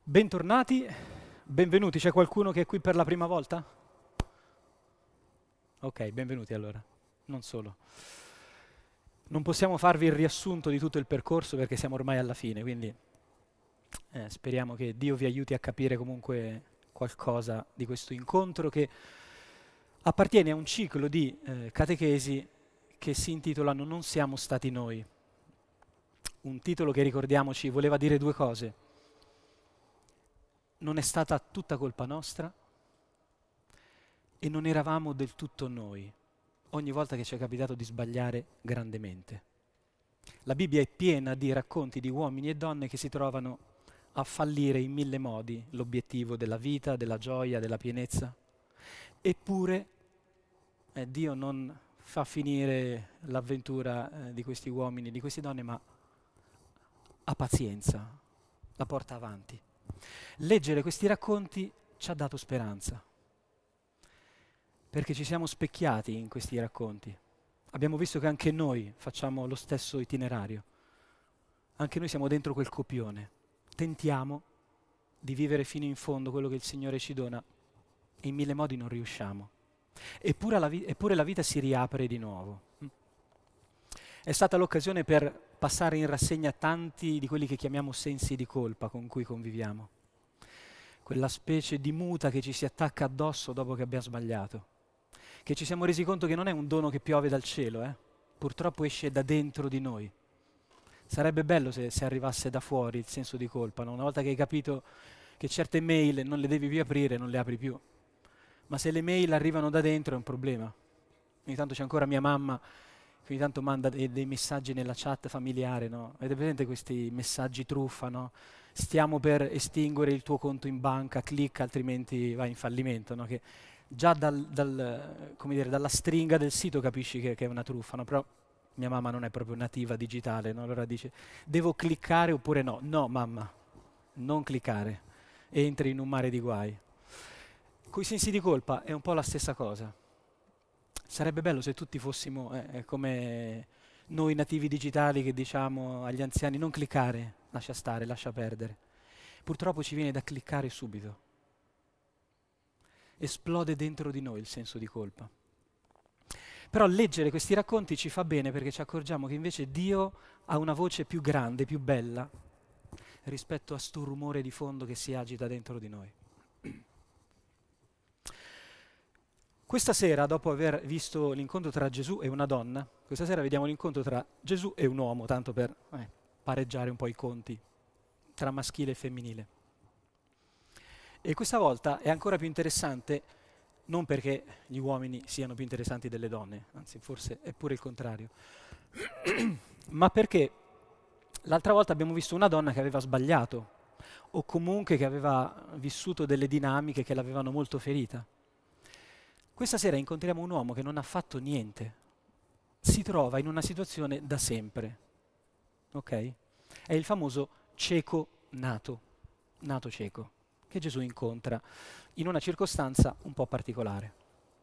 Bentornati, benvenuti. C'è qualcuno che è qui per la prima volta? Ok, benvenuti allora, non solo. Non possiamo farvi il riassunto di tutto il percorso perché siamo ormai alla fine, quindi speriamo che Dio vi aiuti a capire comunque qualcosa di questo incontro che appartiene a un ciclo di catechesi che si intitolano Non siamo stati noi. Un titolo che, ricordiamoci, voleva dire due cose. Non è stata tutta colpa nostra e non eravamo del tutto noi, ogni volta che ci è capitato di sbagliare grandemente. La Bibbia è piena di racconti di uomini e donne che si trovano a fallire in mille modi l'obiettivo della vita, della gioia, della pienezza. Eppure Dio non fa finire l'avventura di questi uomini, di queste donne, ma ha pazienza, la porta avanti. Leggere questi racconti ci ha dato speranza, perché ci siamo specchiati in questi racconti. Abbiamo visto che anche noi facciamo lo stesso itinerario, anche noi siamo dentro quel copione. Tentiamo di vivere fino in fondo quello che il Signore ci dona e in mille modi non riusciamo. Eppure la vita si riapre di nuovo. È stata l'occasione per passare in rassegna tanti di quelli che chiamiamo sensi di colpa con cui conviviamo. Quella specie di muta che ci si attacca addosso dopo che abbiamo sbagliato. Che ci siamo resi conto che non è un dono che piove dal cielo, purtroppo esce da dentro di noi. Sarebbe bello se arrivasse da fuori il senso di colpa, no? Una volta che hai capito che certe mail non le devi più aprire, non le apri più. Ma se le mail arrivano da dentro è un problema. Ogni tanto c'è ancora mia mamma che ogni tanto manda dei messaggi nella chat familiare, no? Avete presente questi messaggi truffa, no? Stiamo per estinguere il tuo conto in banca, clicca altrimenti vai in fallimento, no? Che già come dire, dalla stringa del sito capisci che è una truffa, no? Però mia mamma non è proprio nativa digitale, no? Allora dice, devo cliccare oppure no? No, mamma, non cliccare, entri in un mare di guai. Coi sensi di colpa è un po' la stessa cosa. Sarebbe bello se tutti fossimo come noi nativi digitali che diciamo agli anziani non cliccare, lascia stare, lascia perdere. Purtroppo ci viene da cliccare subito. Esplode dentro di noi il senso di colpa. Però leggere questi racconti ci fa bene perché ci accorgiamo che invece Dio ha una voce più grande, più bella rispetto a sto rumore di fondo che si agita dentro di noi. Questa sera, dopo aver visto l'incontro tra Gesù e una donna, questa sera vediamo l'incontro tra Gesù e un uomo, tanto per pareggiare un po' i conti tra maschile e femminile. E questa volta è ancora più interessante, non perché gli uomini siano più interessanti delle donne, anzi forse è pure il contrario, ma perché l'altra volta abbiamo visto una donna che aveva sbagliato, o comunque che aveva vissuto delle dinamiche che l'avevano molto ferita. Questa sera incontriamo un uomo che non ha fatto niente, si trova in una situazione da sempre, ok? È il famoso cieco nato cieco, che Gesù incontra in una circostanza un po' particolare.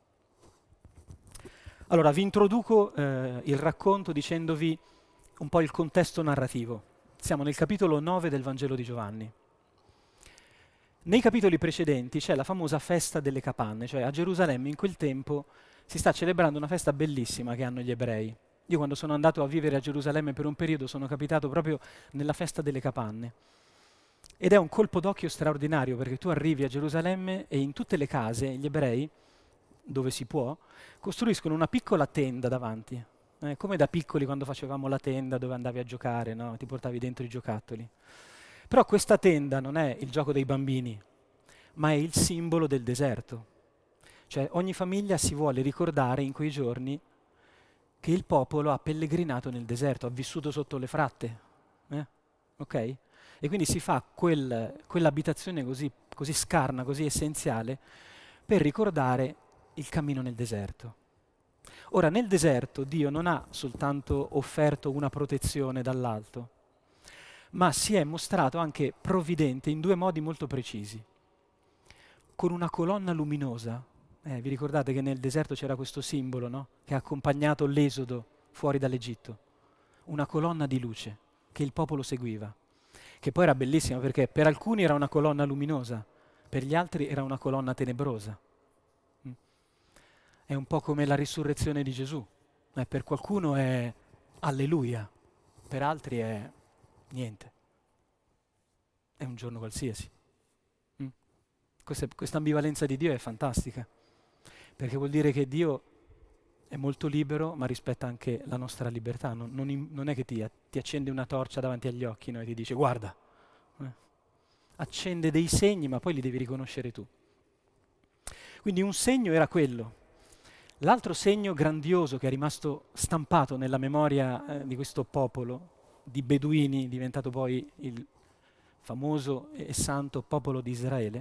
Allora, vi introduco il racconto dicendovi un po' il contesto narrativo. Siamo nel capitolo 9 del Vangelo di Giovanni. Nei capitoli precedenti c'è la famosa festa delle capanne, cioè a Gerusalemme in quel tempo si sta celebrando una festa bellissima che hanno gli ebrei. Io quando sono andato a vivere a Gerusalemme per un periodo sono capitato proprio nella festa delle capanne. Ed è un colpo d'occhio straordinario perché tu arrivi a Gerusalemme e in tutte le case gli ebrei, dove si può, costruiscono una piccola tenda davanti. Come da piccoli quando facevamo la tenda dove andavi a giocare, no? Ti portavi dentro i giocattoli. Però questa tenda non è il gioco dei bambini, ma è il simbolo del deserto. Cioè ogni famiglia si vuole ricordare in quei giorni che il popolo ha pellegrinato nel deserto, ha vissuto sotto le fratte. Ok? E quindi si fa quell'abitazione così scarna, così essenziale, per ricordare il cammino nel deserto. Ora, nel deserto Dio non ha soltanto offerto una protezione dall'alto, ma si è mostrato anche provvidente in due modi molto precisi. Con una colonna luminosa, vi ricordate che nel deserto c'era questo simbolo, no? Che ha accompagnato l'esodo fuori dall'Egitto, una colonna di luce che il popolo seguiva. che poi era bellissima perché per alcuni era una colonna luminosa, per gli altri era una colonna tenebrosa. Mm. È un po' come la risurrezione di Gesù. Per qualcuno è alleluia, per altri è niente, è un giorno qualsiasi. Mm. Questa ambivalenza di Dio è fantastica, perché vuol dire che Dio è molto libero, ma rispetta anche la nostra libertà. Non è che ti accende una torcia davanti agli occhi, no, e ti dice guarda. Accende dei segni, ma poi li devi riconoscere tu. Quindi un segno era quello. L'altro segno grandioso che è rimasto stampato nella memoria di questo popolo di beduini, diventato poi il famoso e santo popolo di Israele,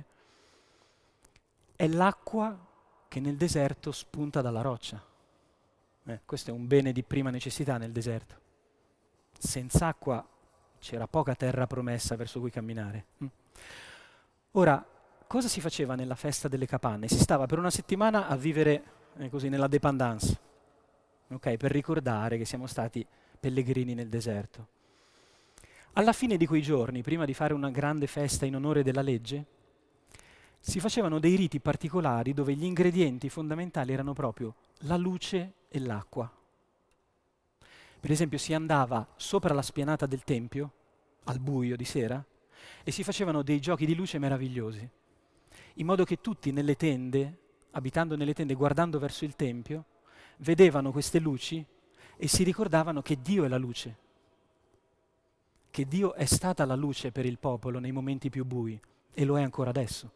è l'acqua che nel deserto spunta dalla roccia. Questo è un bene di prima necessità nel deserto. Senza acqua c'era poca terra promessa verso cui camminare. Ora, cosa si faceva nella festa delle capanne? Si stava per una settimana a vivere così nella dépendance, okay? Per ricordare che siamo stati pellegrini nel deserto. Alla fine di quei giorni, prima di fare una grande festa in onore della legge, si facevano dei riti particolari dove gli ingredienti fondamentali erano proprio la luce e l'acqua. Per esempio si andava sopra la spianata del Tempio, al buio di sera, e si facevano dei giochi di luce meravigliosi, in modo che tutti nelle tende, abitando nelle tende, guardando verso il Tempio, vedevano queste luci e si ricordavano che Dio è la luce, che Dio è stata la luce per il popolo nei momenti più bui e lo è ancora adesso.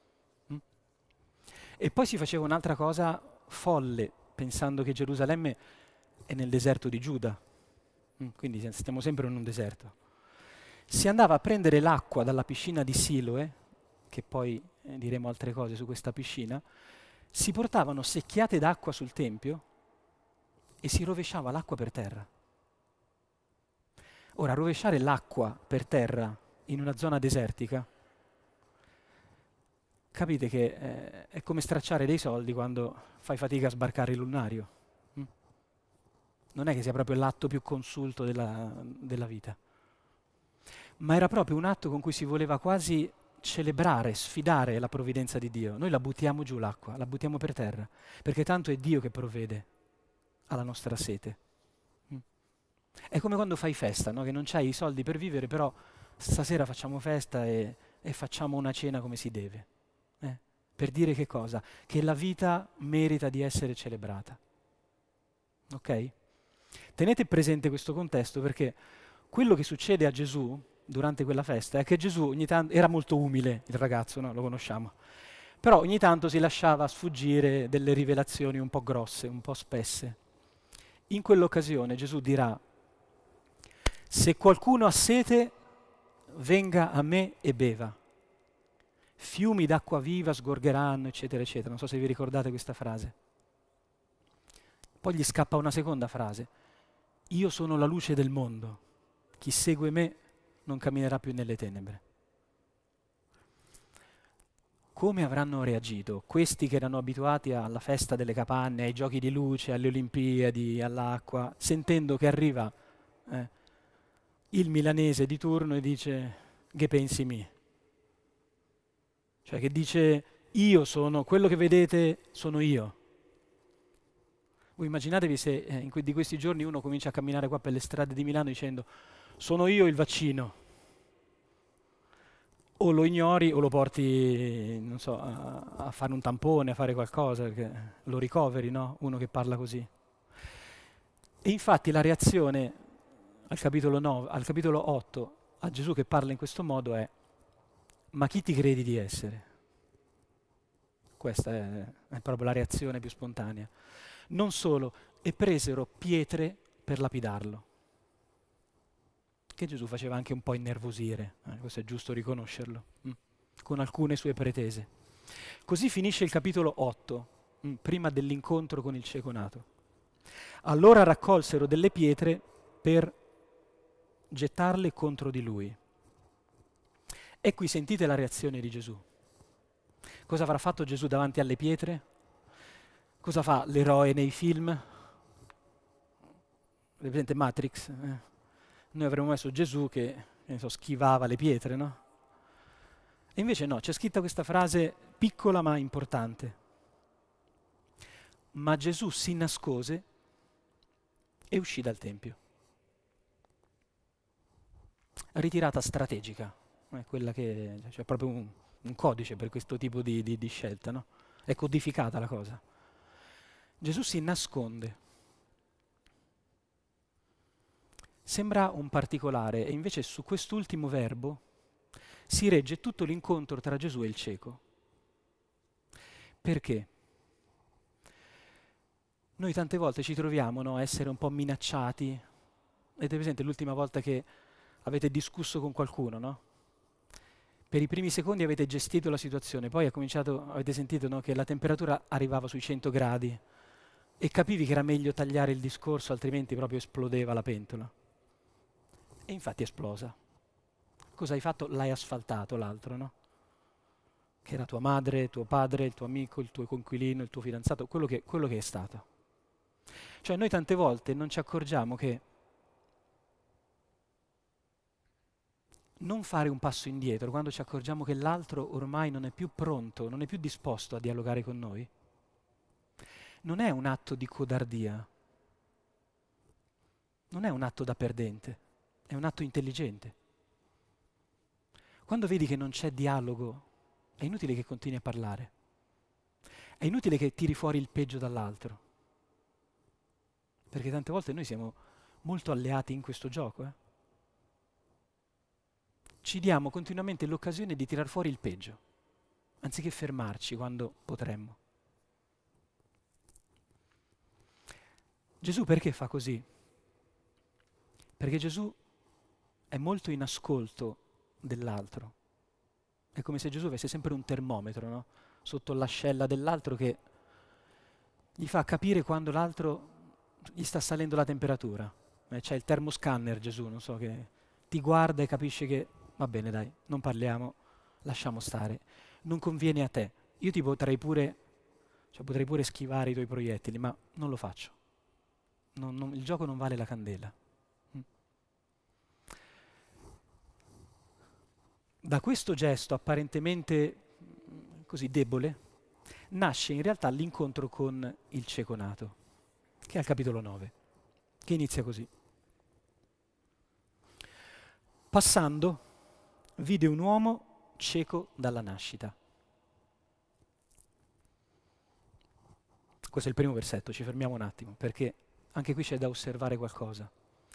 E poi si faceva un'altra cosa folle, pensando che Gerusalemme è nel deserto di Giuda, quindi stiamo sempre in un deserto. Si andava a prendere l'acqua dalla piscina di Siloe, che poi diremo altre cose su questa piscina, si portavano secchiate d'acqua sul Tempio e si rovesciava l'acqua per terra. Ora, rovesciare l'acqua per terra in una zona desertica, capite che è come stracciare dei soldi quando fai fatica a sbarcare il lunario. Non è che sia proprio l'atto più consulto della vita, ma era proprio un atto con cui si voleva quasi celebrare, sfidare la provvidenza di Dio. Noi la buttiamo giù l'acqua, la buttiamo per terra, perché tanto è Dio che provvede alla nostra sete. È come quando fai festa, no? Che non c'hai i soldi per vivere, però stasera facciamo festa e facciamo una cena come si deve. Per dire che cosa? Che la vita merita di essere celebrata. Ok? Tenete presente questo contesto perché quello che succede a Gesù durante quella festa è che Gesù ogni tanto era molto umile, il ragazzo, no? Lo conosciamo, però ogni tanto si lasciava sfuggire delle rivelazioni un po' grosse, un po' spesse. In quell'occasione Gesù dirà: se qualcuno ha sete, venga a me e beva. Fiumi d'acqua viva sgorgeranno, eccetera, eccetera. Non so se vi ricordate questa frase. Poi gli scappa una seconda frase: io sono la luce del mondo, chi segue me non camminerà più nelle tenebre. Come avranno reagito questi che erano abituati alla festa delle capanne, ai giochi di luce, alle Olimpiadi, all'acqua, sentendo che arriva il milanese di turno e dice: che pensi mi? Cioè che dice: io sono, quello che vedete sono io. Voi immaginatevi se di questi giorni uno comincia a camminare qua per le strade di Milano dicendo: sono io il vaccino. O lo ignori o lo porti, non so, a fare un tampone, a fare qualcosa, perché lo ricoveri, no? Uno che parla così. E infatti la reazione al capitolo 8, a Gesù che parla in questo modo è: ma chi ti credi di essere? Questa è proprio la reazione più spontanea. Non solo, e presero pietre per lapidarlo. Che Gesù faceva anche un po' innervosire, questo è giusto riconoscerlo, con alcune sue pretese. Così finisce il capitolo 8, prima dell'incontro con il cieco nato. Allora raccolsero delle pietre per gettarle contro di lui. E qui sentite la reazione di Gesù. Cosa avrà fatto Gesù davanti alle pietre? Cosa fa l'eroe nei film? Avete presente Matrix? Noi avremmo messo Gesù che ne so, schivava le pietre, no? E invece no, c'è scritta questa frase piccola ma importante. Ma Gesù si nascose e uscì dal Tempio. Ritirata strategica, è quella che c'è proprio un codice per questo tipo di scelta, no? È codificata la cosa. Gesù si nasconde. Sembra un particolare e invece su quest'ultimo verbo si regge tutto l'incontro tra Gesù e il cieco. Perché? Noi tante volte ci troviamo, no, a essere un po' minacciati. Avete presente l'ultima volta che avete discusso con qualcuno, no? Per i primi secondi avete gestito la situazione, poi avete sentito, no, che la temperatura arrivava sui 100 gradi e capivi che era meglio tagliare il discorso, altrimenti proprio esplodeva la pentola. E infatti è esplosa. Cosa hai fatto? L'hai asfaltato l'altro, no? Che era tua madre, tuo padre, il tuo amico, il tuo coinquilino, il tuo fidanzato, quello che è stato. Cioè noi tante volte non ci accorgiamo che non fare un passo indietro quando ci accorgiamo che l'altro ormai non è più pronto, non è più disposto a dialogare con noi, non è un atto di codardia, non è un atto da perdente, è un atto intelligente. Quando vedi che non c'è dialogo, è inutile che continui a parlare, è inutile che tiri fuori il peggio dall'altro, perché tante volte noi siamo molto alleati in questo gioco, Ci diamo continuamente l'occasione di tirar fuori il peggio, anziché fermarci quando potremmo. Gesù perché fa così? Perché Gesù è molto in ascolto dell'altro. È come se Gesù avesse sempre un termometro, no? Sotto l'ascella dell'altro che gli fa capire quando l'altro gli sta salendo la temperatura. C'è il termoscanner Gesù, non so, che ti guarda e capisce che va bene dai, non parliamo, lasciamo stare. Non conviene a te. Io ti potrei pure schivare i tuoi proiettili, ma non lo faccio. Il gioco non vale la candela. Da questo gesto apparentemente così debole nasce in realtà l'incontro con il cieco nato, che è al capitolo 9, che inizia così. Passando, vide un uomo cieco dalla nascita. Questo è il primo versetto, ci fermiamo un attimo, perché anche qui c'è da osservare qualcosa.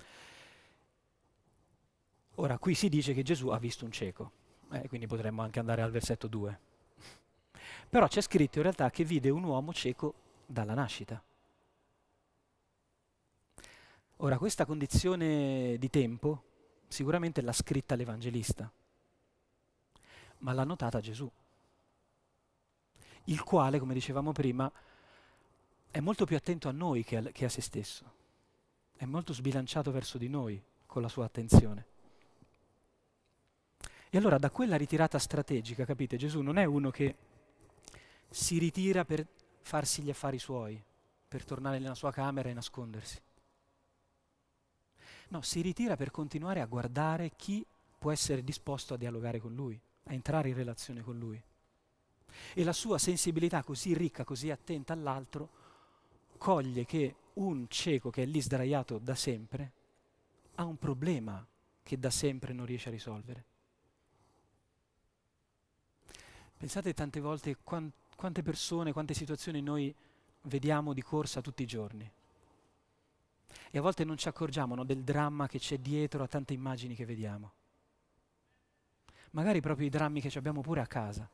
Ora, qui si dice che Gesù ha visto un cieco, quindi potremmo anche andare al versetto 2. Però c'è scritto in realtà che vide un uomo cieco dalla nascita. Ora, questa condizione di tempo sicuramente l'ha scritta l'Evangelista, ma l'ha notata Gesù, il quale, come dicevamo prima, è molto più attento a noi che a se stesso, è molto sbilanciato verso di noi con la sua attenzione. E allora da quella ritirata strategica, capite, Gesù non è uno che si ritira per farsi gli affari suoi, per tornare nella sua camera e nascondersi. No, si ritira per continuare a guardare chi può essere disposto a dialogare con lui, a entrare in relazione con lui. E la sua sensibilità così ricca, così attenta all'altro, coglie che un cieco che è lì sdraiato da sempre ha un problema che da sempre non riesce a risolvere. Pensate tante volte quante persone, quante situazioni noi vediamo di corsa tutti i giorni. E a volte non ci accorgiamo, no, del dramma che c'è dietro a tante immagini che vediamo. Magari proprio i drammi che abbiamo pure a casa.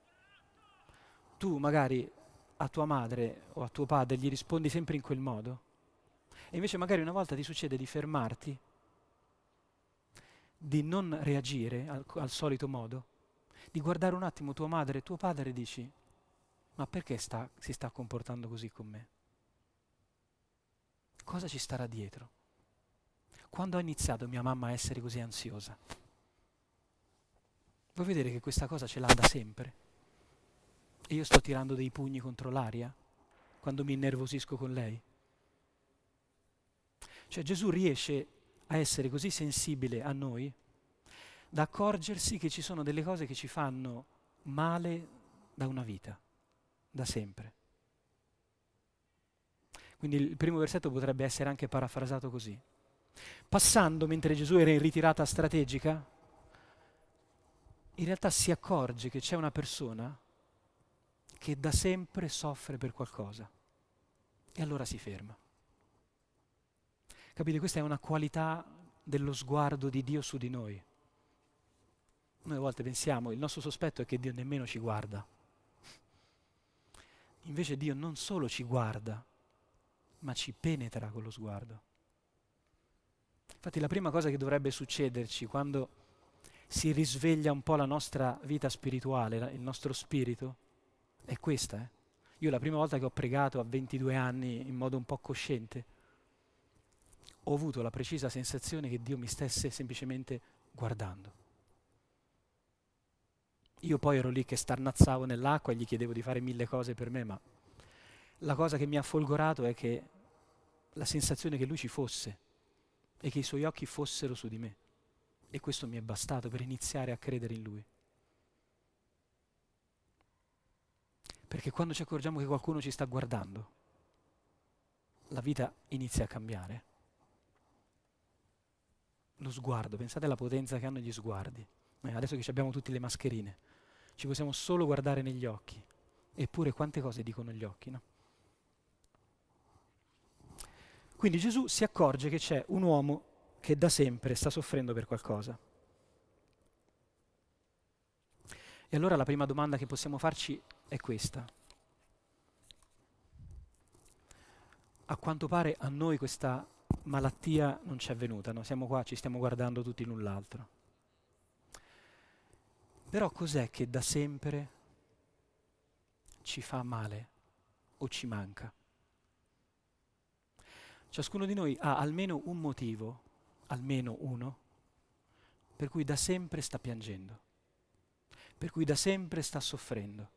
Tu magari a tua madre o a tuo padre gli rispondi sempre in quel modo, e invece magari una volta ti succede di fermarti, di non reagire al solito modo, di guardare un attimo tua madre e tuo padre e dici: ma perché si sta comportando così con me? Cosa ci starà dietro? Quando ha iniziato mia mamma a essere così ansiosa? Vuoi vedere che questa cosa ce l'ha da sempre? E io sto tirando dei pugni contro l'aria quando mi innervosisco con lei? Cioè Gesù riesce a essere così sensibile a noi da accorgersi che ci sono delle cose che ci fanno male da una vita, da sempre. Quindi il primo versetto potrebbe essere anche parafrasato così. Passando mentre Gesù era in ritirata strategica, in realtà si accorge che c'è una persona che da sempre soffre per qualcosa e allora si ferma. Capite? Questa è una qualità dello sguardo di Dio su di noi. Noi a volte pensiamo, il nostro sospetto è che Dio nemmeno ci guarda. Invece Dio non solo ci guarda, ma ci penetra con lo sguardo. Infatti la prima cosa che dovrebbe succederci quando si risveglia un po' la nostra vita spirituale, il nostro spirito, è questa. Io la prima volta che ho pregato a 22 anni in modo un po' cosciente, ho avuto la precisa sensazione che Dio mi stesse semplicemente guardando. Io poi ero lì che starnazzavo nell'acqua e gli chiedevo di fare 1000 cose per me, ma la cosa che mi ha folgorato è che la sensazione che Lui ci fosse e che i Suoi occhi fossero su di me. E questo mi è bastato per iniziare a credere in Lui. Perché quando ci accorgiamo che qualcuno ci sta guardando, la vita inizia a cambiare. Lo sguardo, pensate alla potenza che hanno gli sguardi. Adesso che abbiamo tutte le mascherine, ci possiamo solo guardare negli occhi. Eppure quante cose dicono gli occhi, no? Quindi Gesù si accorge che c'è un uomo che da sempre sta soffrendo per qualcosa. E allora la prima domanda che possiamo farci è questa. A quanto pare a noi questa malattia non ci è venuta, no? Siamo qua, ci stiamo guardando tutti l'un l'altro. Però cos'è che da sempre ci fa male o ci manca? Ciascuno di noi ha almeno un motivo, almeno uno, per cui da sempre sta piangendo, per cui da sempre sta soffrendo.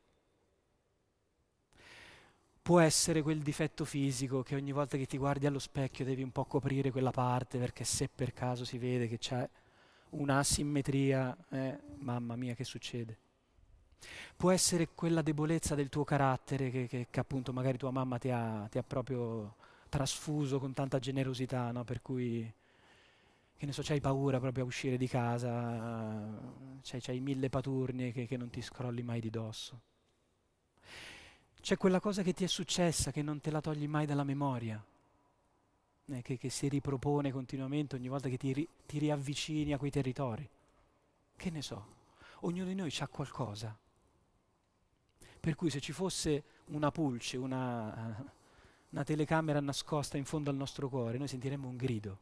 Può essere quel difetto fisico che ogni volta che ti guardi allo specchio devi un po' coprire quella parte perché se per caso si vede che c'è un'asimmetria, mamma mia che succede. Può essere quella debolezza del tuo carattere che appunto magari tua mamma ti ha proprio trasfuso con tanta generosità, no? Per cui, che ne so, c'hai paura proprio a uscire di casa, c'hai 1000 paturnie che non ti scrolli mai di dosso. C'è quella cosa che ti è successa che non te la togli mai dalla memoria, che si ripropone continuamente ogni volta che ti riavvicini a quei territori. Che ne so, ognuno di noi ha qualcosa. Per cui se ci fosse una pulce, una telecamera nascosta in fondo al nostro cuore, noi sentiremmo un grido,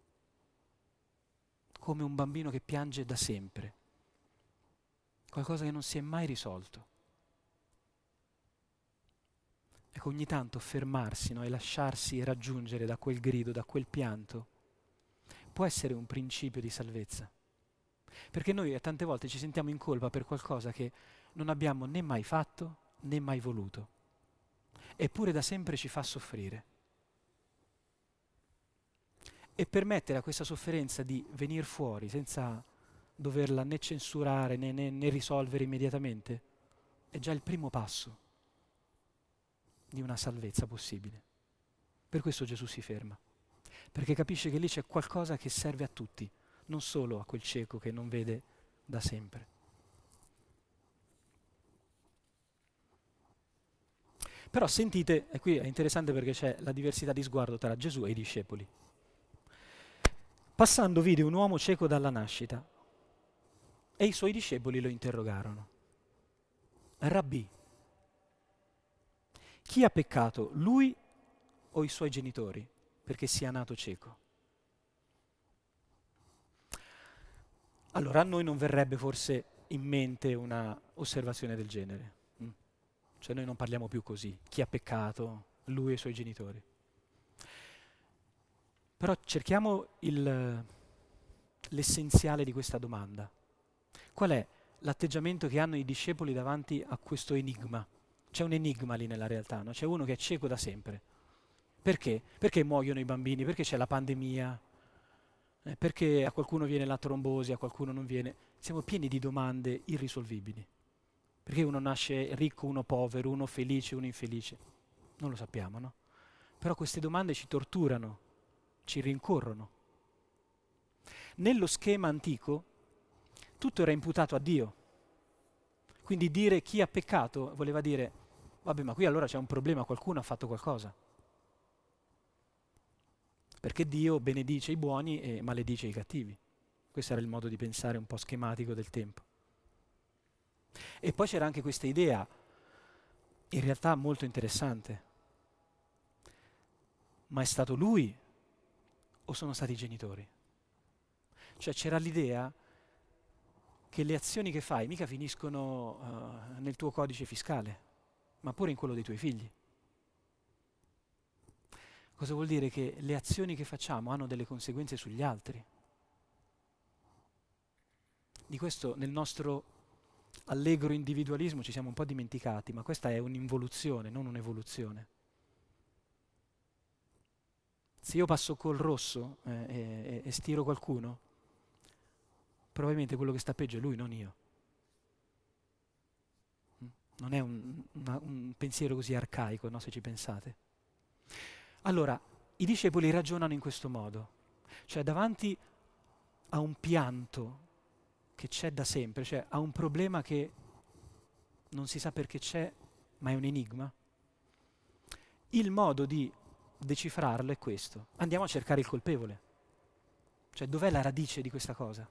come un bambino che piange da sempre, qualcosa che non si è mai risolto. Ecco, ogni tanto fermarsi, no, e lasciarsi raggiungere da quel grido, da quel pianto, può essere un principio di salvezza. Perché noi tante volte ci sentiamo in colpa per qualcosa che non abbiamo né mai fatto né mai voluto, eppure da sempre ci fa soffrire. E permettere a questa sofferenza di venire fuori senza doverla né censurare né risolvere immediatamente è già il primo passo di una salvezza possibile. Per questo Gesù si ferma, perché capisce che lì c'è qualcosa che serve a tutti, non solo a quel cieco che non vede da sempre. Però sentite, e qui è interessante perché c'è la diversità di sguardo tra Gesù e i discepoli. Passando vide un uomo cieco dalla nascita e i suoi discepoli lo interrogarono. Rabbì, chi ha peccato, lui o i suoi genitori, perché sia nato cieco? Allora a noi non verrebbe forse in mente una osservazione del genere. Cioè noi non parliamo più così, chi ha peccato, lui e i suoi genitori. Però cerchiamo l'essenziale di questa domanda. Qual è l'atteggiamento che hanno i discepoli davanti a questo enigma? C'è un enigma lì nella realtà, no? C'è uno che è cieco da sempre. Perché? Perché muoiono i bambini? Perché c'è la pandemia? Perché a qualcuno viene la trombosi, a qualcuno non viene? Siamo pieni di domande irrisolvibili. Perché uno nasce ricco, uno povero, uno felice, uno infelice? Non lo sappiamo, no? Però queste domande ci torturano, ci rincorrono. Nello schema antico tutto era imputato a Dio. Quindi dire chi ha peccato voleva dire, vabbè, ma qui allora c'è un problema, qualcuno ha fatto qualcosa. Perché Dio benedice i buoni e maledice i cattivi. Questo era il modo di pensare un po' schematico del tempo. E poi c'era anche questa idea, in realtà molto interessante. Ma è stato lui o sono stati i genitori? Cioè c'era l'idea che le azioni che fai mica finiscono nel tuo codice fiscale, ma pure in quello dei tuoi figli. Cosa vuol dire? Che le azioni che facciamo hanno delle conseguenze sugli altri. Di questo nel nostro allegro individualismo ci siamo un po' dimenticati, ma questa è un'involuzione, non un'evoluzione. Se io passo col rosso e stiro qualcuno, probabilmente quello che sta peggio è lui, non io. Non è un pensiero così arcaico, no, se ci pensate. Allora, i discepoli ragionano in questo modo, cioè davanti a un pianto che c'è da sempre, cioè a un problema che non si sa perché c'è, ma è un enigma, il modo di decifrarlo è questo. Andiamo a cercare il colpevole. Cioè, dov'è la radice di questa cosa?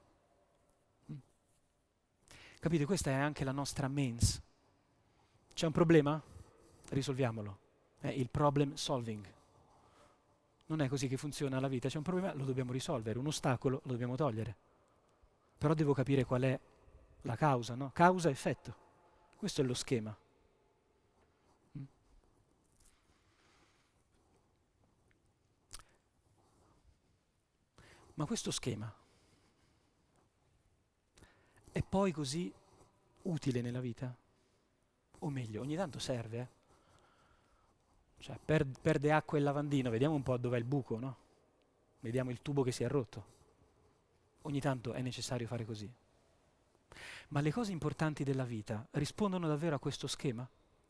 Capite? Questa è anche la nostra mens. C'è un problema? Risolviamolo. È il problem solving. Non è così che funziona la vita. C'è un problema, lo dobbiamo risolvere. Un ostacolo lo dobbiamo togliere. Però devo capire qual è la causa, no? Causa-effetto. Questo è lo schema. Ma questo schema è poi così utile nella vita? O meglio, ogni tanto serve, Cioè, perde acqua il lavandino, vediamo un po' dov'è il buco, no? Vediamo il tubo che si è rotto. Ogni tanto è necessario fare così. Ma le cose importanti della vita rispondono davvero a questo schema?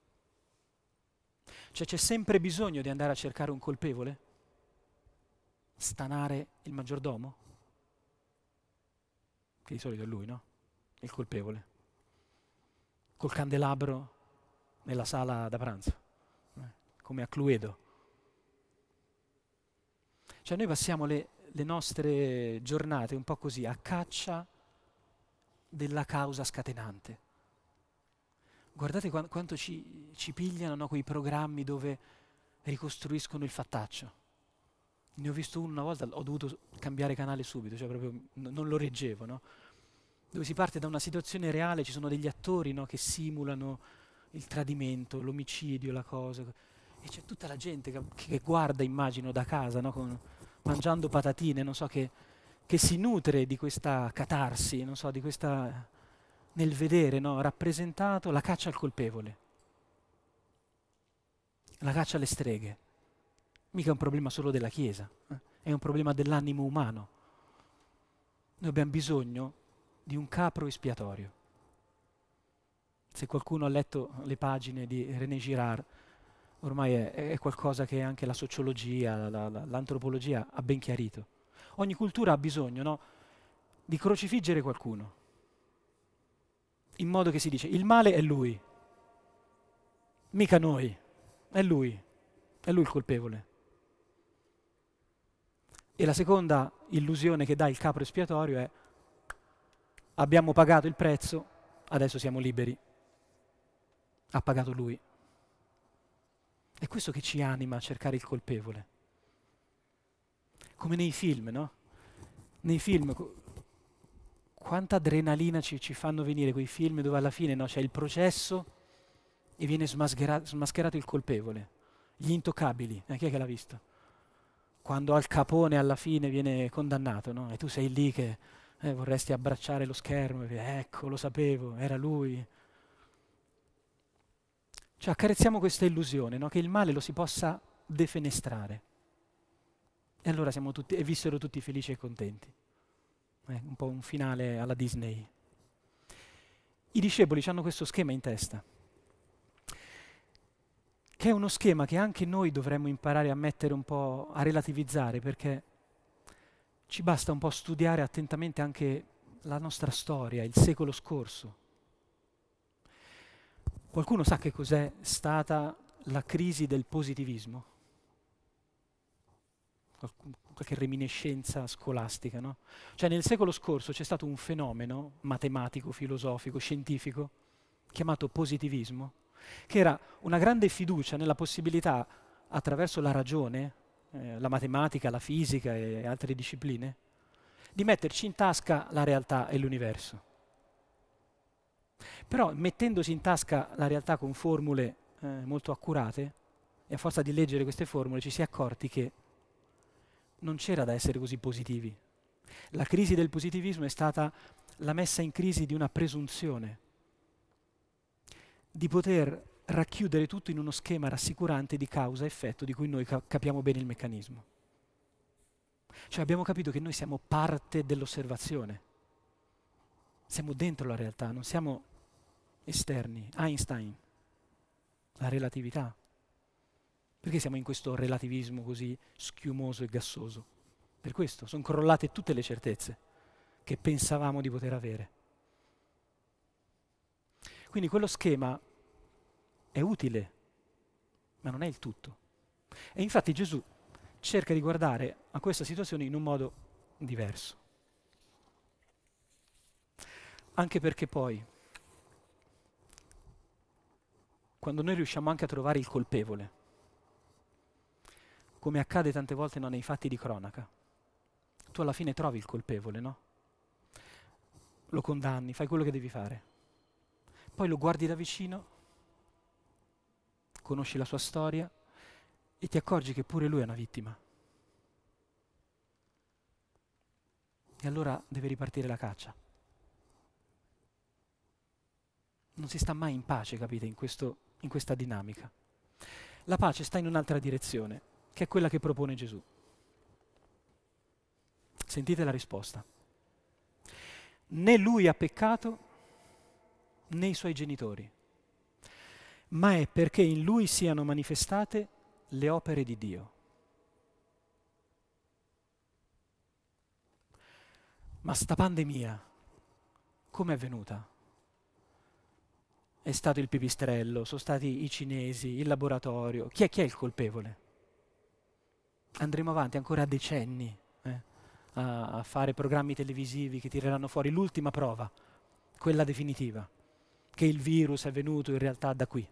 Cioè c'è sempre bisogno di andare a cercare un colpevole? Stanare il maggiordomo? Che di solito è lui, no? Il colpevole. Col candelabro nella sala da pranzo, come a Cluedo. Cioè noi passiamo le nostre giornate un po' così, a caccia della causa scatenante. Guardate quanto ci pigliano, no, quei programmi dove ricostruiscono il fattaccio. Ne ho visto uno una volta, ho dovuto cambiare canale subito, cioè proprio non lo reggevo, no? Dove si parte da una situazione reale, ci sono degli attori, no, che simulano il tradimento, l'omicidio, la cosa. E c'è tutta la gente che guarda, immagino, da casa, no, mangiando patatine, non so, che si nutre di questa catarsi, non so, di questa, nel vedere, no, rappresentato la caccia al colpevole, la caccia alle streghe. Mica è un problema solo della Chiesa, è un problema dell'animo umano. Noi abbiamo bisogno di un capro espiatorio. Se qualcuno ha letto le pagine di René Girard, ormai è qualcosa che anche la sociologia, l'antropologia ha ben chiarito. Ogni cultura ha bisogno, no, di crocifiggere qualcuno, in modo che si dice il male è lui, mica noi, è lui il colpevole. E la seconda illusione che dà il capro espiatorio è abbiamo pagato il prezzo, adesso siamo liberi. Ha pagato lui. È questo che ci anima a cercare il colpevole. Come nei film, no? Nei film, quanta adrenalina ci fanno venire quei film dove alla fine, no, c'è il processo e viene smascherato il colpevole. Gli intoccabili, chi è che l'ha visto? Quando Al Capone alla fine viene condannato, no? E tu sei lì che vorresti abbracciare lo schermo e ecco, lo sapevo, era lui. Cioè accarezziamo questa illusione, no? Che il male lo si possa defenestrare. E allora e vissero tutti felici e contenti. Un po' un finale alla Disney. I discepoli hanno questo schema in testa, che è uno schema che anche noi dovremmo imparare a mettere un po', a relativizzare, perché ci basta un po' studiare attentamente anche la nostra storia, il secolo scorso. Qualcuno sa che cos'è stata la crisi del positivismo? Qualche reminiscenza scolastica, no? Cioè nel secolo scorso c'è stato un fenomeno matematico, filosofico, scientifico, chiamato positivismo, che era una grande fiducia nella possibilità, attraverso la ragione, la matematica, la fisica e altre discipline, di metterci in tasca la realtà e l'universo. Però mettendosi in tasca la realtà con formule molto accurate, e a forza di leggere queste formule ci si è accorti che non c'era da essere così positivi. La crisi del positivismo è stata la messa in crisi di una presunzione, di poter racchiudere tutto in uno schema rassicurante di causa-effetto di cui noi capiamo bene il meccanismo. Cioè abbiamo capito che noi siamo parte dell'osservazione, siamo dentro la realtà, non siamo esterni. Einstein, la relatività. Perché siamo in questo relativismo così schiumoso e gassoso? Per questo sono crollate tutte le certezze che pensavamo di poter avere. Quindi quello schema è utile, ma non è il tutto. E infatti Gesù cerca di guardare a questa situazione in un modo diverso. Anche perché poi, quando noi riusciamo anche a trovare il colpevole, come accade tante volte nei fatti di cronaca, tu alla fine trovi il colpevole, no? Lo condanni, fai quello che devi fare. Poi lo guardi da vicino, conosci la sua storia e ti accorgi che pure lui è una vittima. E allora deve ripartire la caccia. Non si sta mai in pace, capite, in questa dinamica. La pace sta in un'altra direzione, che è quella che propone Gesù. Sentite la risposta. Né lui ha peccato, né i suoi genitori, ma è perché in lui siano manifestate le opere di Dio. Ma sta pandemia, come è venuta? È stato il pipistrello, sono stati i cinesi, il laboratorio. Chi è il colpevole? Andremo avanti ancora decenni a fare programmi televisivi che tireranno fuori l'ultima prova, quella definitiva, che il virus è venuto in realtà da qui.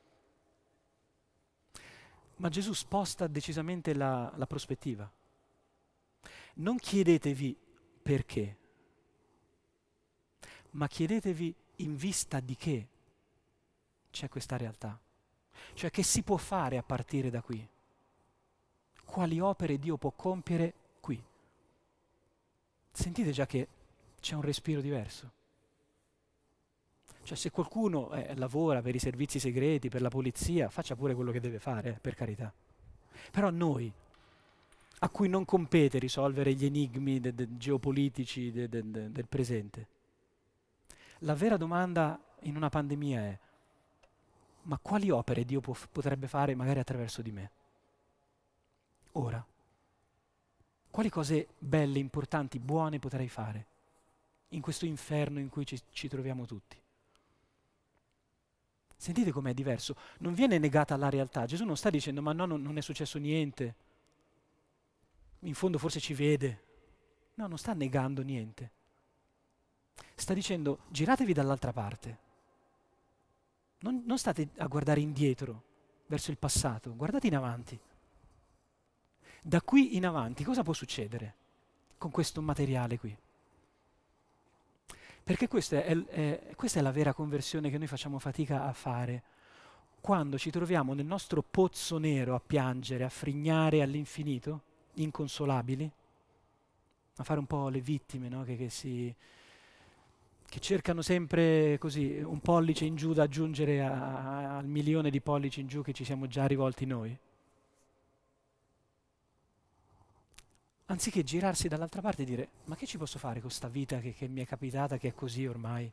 Ma Gesù sposta decisamente la prospettiva. Non chiedetevi perché, ma chiedetevi in vista di che c'è questa realtà. Cioè che si può fare a partire da qui? Quali opere Dio può compiere qui? Sentite già che c'è un respiro diverso. Cioè se qualcuno lavora per i servizi segreti, per la polizia, faccia pure quello che deve fare, per carità. Però noi, a cui non compete risolvere gli enigmi geopolitici del presente, la vera domanda in una pandemia è: ma quali opere Dio potrebbe fare magari attraverso di me? Ora. Quali cose belle, importanti, buone potrei fare in questo inferno in cui ci troviamo tutti? Sentite com'è diverso. Non viene negata la realtà. Gesù non sta dicendo ma no, non è successo niente. In fondo forse ci vede. No, non sta negando niente. Sta dicendo giratevi dall'altra parte. Non state a guardare indietro, verso il passato, guardate in avanti. Da qui in avanti cosa può succedere con questo materiale qui? Perché questa è la vera conversione che noi facciamo fatica a fare quando ci troviamo nel nostro pozzo nero a piangere, a frignare all'infinito, inconsolabili, a fare un po' le vittime, no? che cercano sempre così un pollice in giù da aggiungere al milione di pollici in giù che ci siamo già rivolti noi. anziché girarsi dall'altra parte e dire ma che ci posso fare con sta vita che mi è capitata, che è così ormai?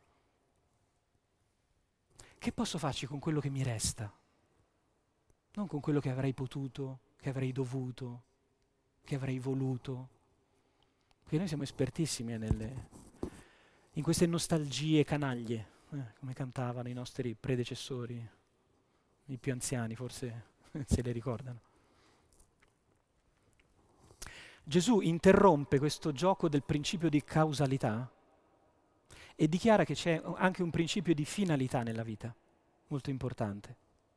Che posso farci con quello che mi resta? Non con quello che avrei potuto, che avrei dovuto, che avrei voluto. Perché noi siamo espertissimi in queste nostalgie canaglie, come cantavano i nostri predecessori, i più anziani forse se le ricordano. Gesù interrompe questo gioco del principio di causalità e dichiara che c'è anche un principio di finalità nella vita, molto importante.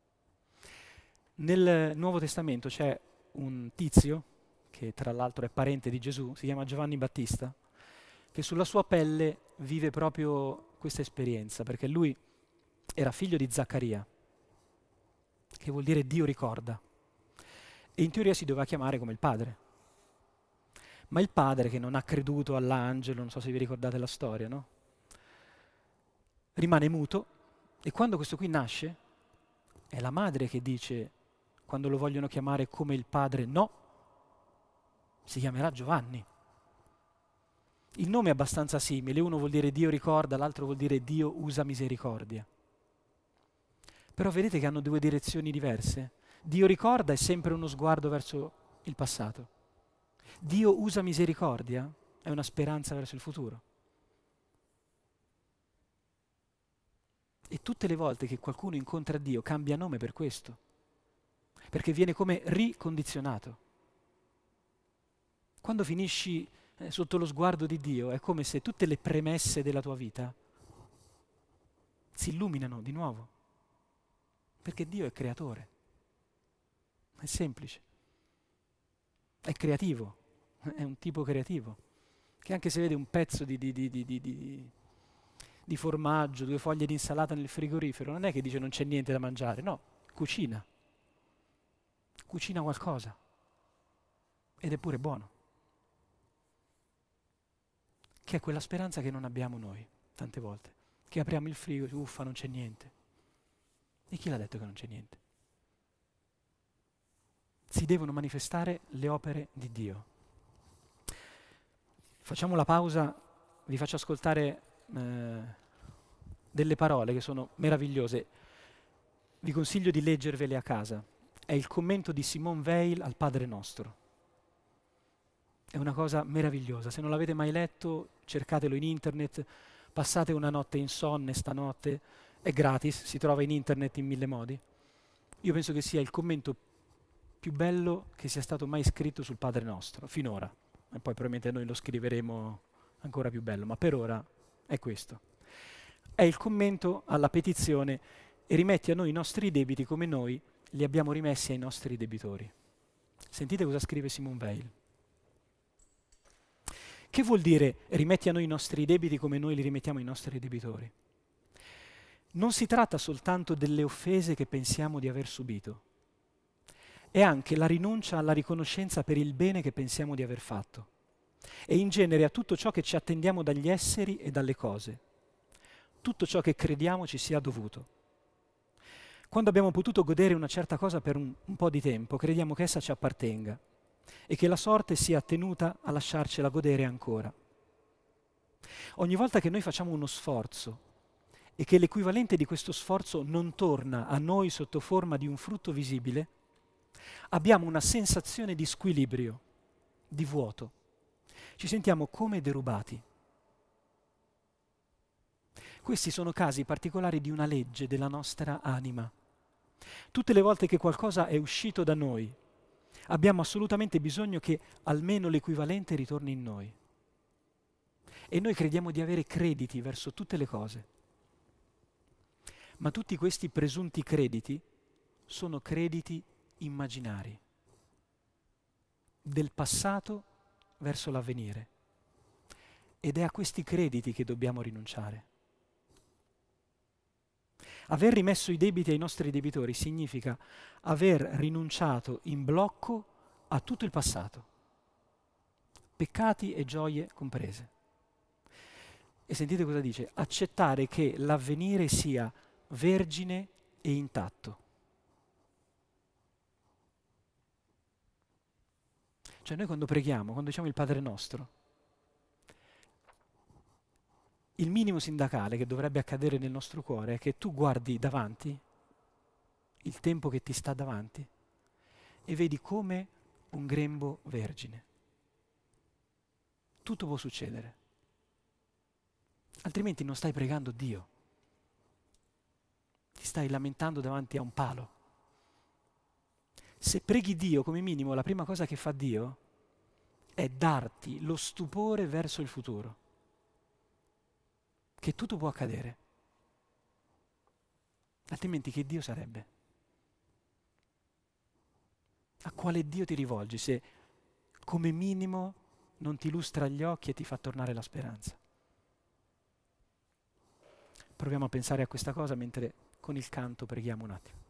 Nel Nuovo Testamento c'è un tizio, che tra l'altro è parente di Gesù, si chiama Giovanni Battista, che sulla sua pelle vive proprio questa esperienza, perché lui era figlio di Zaccaria, che vuol dire Dio ricorda, e in teoria si doveva chiamare come il padre. Ma il padre, che non ha creduto all'angelo, non so se vi ricordate la storia, no? Rimane muto, e quando questo qui nasce, è la madre che dice, quando lo vogliono chiamare come il padre, no, si chiamerà Giovanni. Il nome è abbastanza simile, uno vuol dire Dio ricorda, l'altro vuol dire Dio usa misericordia. Però vedete che hanno due direzioni diverse. Dio ricorda è sempre uno sguardo verso il passato. Dio usa misericordia è una speranza verso il futuro. E tutte le volte che qualcuno incontra Dio cambia nome per questo, perché viene come ricondizionato. Quando finisci sotto lo sguardo di Dio è come se tutte le premesse della tua vita si illuminano di nuovo, perché Dio è creatore, è semplice, è creativo, è un tipo creativo, che anche se vede un pezzo di formaggio, 2 foglie di insalata nel frigorifero, non è che dice non c'è niente da mangiare, no, cucina qualcosa ed è pure buono, che è quella speranza che non abbiamo noi, tante volte, che apriamo il frigo e uffa non c'è niente. E chi l'ha detto che non c'è niente? Si devono manifestare le opere di Dio. Facciamo la pausa, vi faccio ascoltare delle parole che sono meravigliose. Vi consiglio di leggervele a casa. È il commento di Simone Weil al Padre Nostro. È una cosa meravigliosa. Se non l'avete mai letto, cercatelo in internet, passate una notte insonne stanotte, è gratis, si trova in internet in 1000 modi. Io penso che sia il commento più bello che sia stato mai scritto sul Padre Nostro, finora. E poi probabilmente noi lo scriveremo ancora più bello, ma per ora è questo. È il commento alla petizione e rimetti a noi i nostri debiti come noi li abbiamo rimessi ai nostri debitori. Sentite cosa scrive Simone Weil. Che vuol dire rimetti a noi i nostri debiti come noi li rimettiamo ai nostri debitori? Non si tratta soltanto delle offese che pensiamo di aver subito, è anche la rinuncia alla riconoscenza per il bene che pensiamo di aver fatto e in genere a tutto ciò che ci attendiamo dagli esseri e dalle cose, tutto ciò che crediamo ci sia dovuto. Quando abbiamo potuto godere una certa cosa per un po' di tempo, crediamo che essa ci appartenga e che la sorte sia tenuta a lasciarcela godere ancora. Ogni volta che noi facciamo uno sforzo e che l'equivalente di questo sforzo non torna a noi sotto forma di un frutto visibile, abbiamo una sensazione di squilibrio, di vuoto. Ci sentiamo come derubati. Questi sono casi particolari di una legge della nostra anima. Tutte le volte che qualcosa è uscito da noi, abbiamo assolutamente bisogno che almeno l'equivalente ritorni in noi. E noi crediamo di avere crediti verso tutte le cose. Ma tutti questi presunti crediti sono crediti immaginari, del passato verso l'avvenire. Ed è a questi crediti che dobbiamo rinunciare. Aver rimesso i debiti ai nostri debitori significa aver rinunciato in blocco a tutto il passato, peccati e gioie comprese. E sentite cosa dice: accettare che l'avvenire sia vergine e intatto. Cioè noi quando preghiamo, quando diciamo il Padre nostro, il minimo sindacale che dovrebbe accadere nel nostro cuore è che tu guardi davanti il tempo che ti sta davanti e vedi come un grembo vergine. Tutto può succedere, altrimenti non stai pregando Dio, ti stai lamentando davanti a un palo. Se preghi Dio, come minimo, la prima cosa che fa Dio è darti lo stupore verso il futuro, che tutto può accadere, altrimenti che Dio sarebbe? A quale Dio ti rivolgi se come minimo non ti lustra gli occhi e ti fa tornare la speranza? Proviamo a pensare a questa cosa mentre con il canto preghiamo un attimo.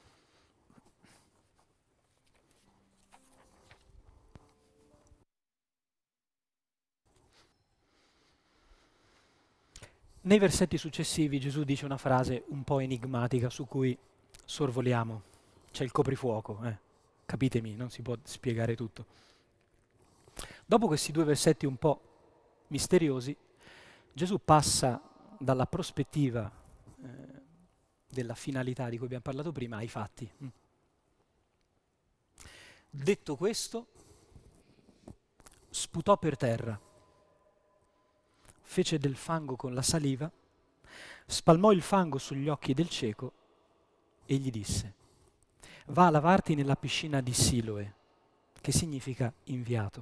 Nei versetti successivi Gesù dice una frase un po' enigmatica su cui sorvoliamo. C'è il coprifuoco, capitemi, non si può spiegare tutto. Dopo questi due versetti un po' misteriosi, Gesù passa dalla prospettiva della finalità di cui abbiamo parlato prima ai fatti. Detto questo, sputò per terra, fece del fango con la saliva, spalmò il fango sugli occhi del cieco e gli disse: va a lavarti nella piscina di Siloe, che significa inviato.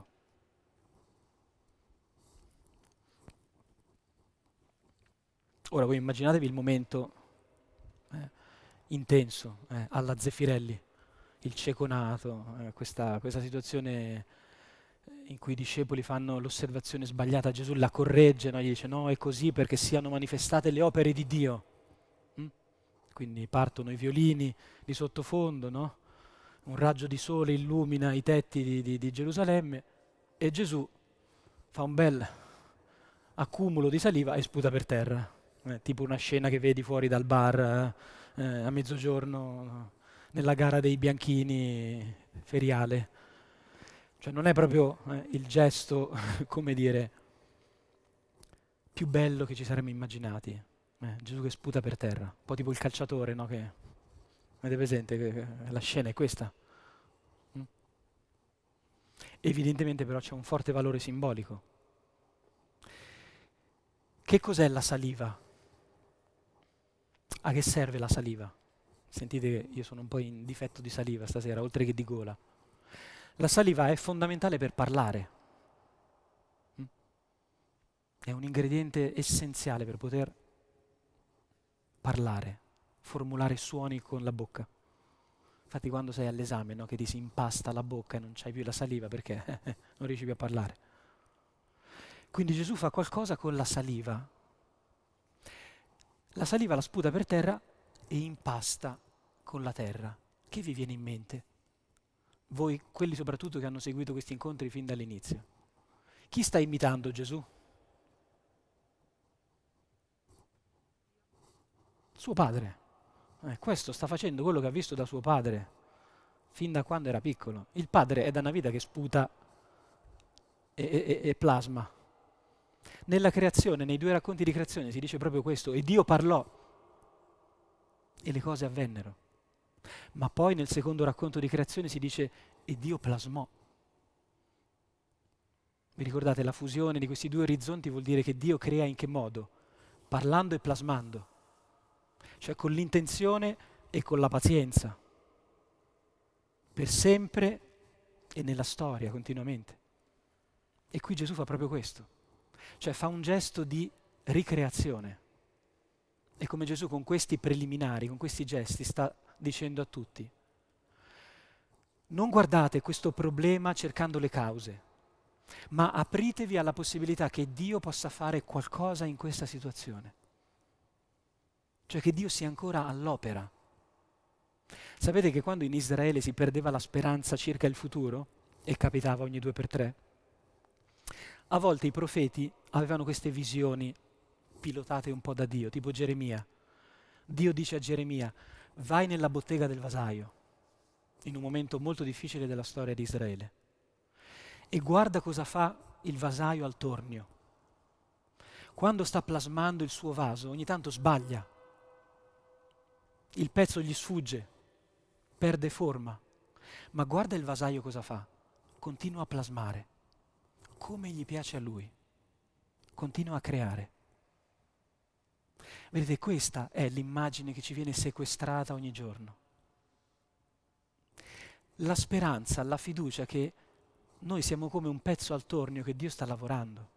Ora voi immaginatevi il momento intenso alla Zeffirelli, il cieco nato, questa situazione in cui i discepoli fanno l'osservazione sbagliata, Gesù la corregge, no? Gli dice no, è così perché siano manifestate le opere di Dio. Quindi partono i violini di sottofondo, no? Un raggio di sole illumina i tetti di Gerusalemme e Gesù fa un bel accumulo di saliva e sputa per terra, tipo una scena che vedi fuori dal bar a mezzogiorno, no? Nella gara dei bianchini feriale. Cioè non è proprio il gesto, come dire, più bello che ci saremmo immaginati. Gesù che sputa per terra, un po' tipo il calciatore, no? Che, avete presente che la scena è questa? Evidentemente però c'è un forte valore simbolico. Che cos'è la saliva? A che serve la saliva? Sentite che io sono un po' in difetto di saliva stasera, oltre che di gola. La saliva è fondamentale per parlare. È un ingrediente essenziale per poter parlare, formulare suoni con la bocca. Infatti quando sei all'esame, no, che ti si impasta la bocca e non c'hai più la saliva perché non riesci più a parlare. Quindi Gesù fa qualcosa con la saliva. La saliva la sputa per terra e impasta con la terra. Che vi viene in mente? Voi, quelli soprattutto che hanno seguito questi incontri fin dall'inizio. Chi sta imitando Gesù? Suo padre. Questo sta facendo quello che ha visto da suo padre fin da quando era piccolo. Il padre è da una vita che sputa e plasma. Nella creazione, nei due racconti di creazione si dice proprio questo, e Dio parlò e le cose avvennero. Ma poi nel secondo racconto di creazione si dice e Dio plasmò. Vi ricordate la fusione di questi due orizzonti vuol dire che Dio crea in che modo? Parlando e plasmando. Cioè con l'intenzione e con la pazienza, per sempre e nella storia, continuamente. E qui Gesù fa proprio questo, cioè fa un gesto di ricreazione. E come Gesù con questi preliminari, con questi gesti, sta dicendo a tutti, non guardate questo problema cercando le cause, ma apritevi alla possibilità che Dio possa fare qualcosa in questa situazione. Cioè che Dio sia ancora all'opera. Sapete che quando in Israele si perdeva la speranza circa il futuro, e capitava ogni 2 per 3, a volte i profeti avevano queste visioni pilotate un po' da Dio, tipo Geremia. Dio dice a Geremia, vai nella bottega del vasaio, in un momento molto difficile della storia di Israele, E guarda cosa fa il vasaio al tornio. Quando sta plasmando il suo vaso, ogni tanto sbaglia. Il pezzo gli sfugge, perde forma. Ma guarda il vasaio cosa fa. Continua a plasmare, come gli piace a lui. Continua a creare. Vedete, questa è l'immagine che ci viene sequestrata ogni giorno. La speranza, la fiducia che noi siamo come un pezzo al tornio che Dio sta lavorando.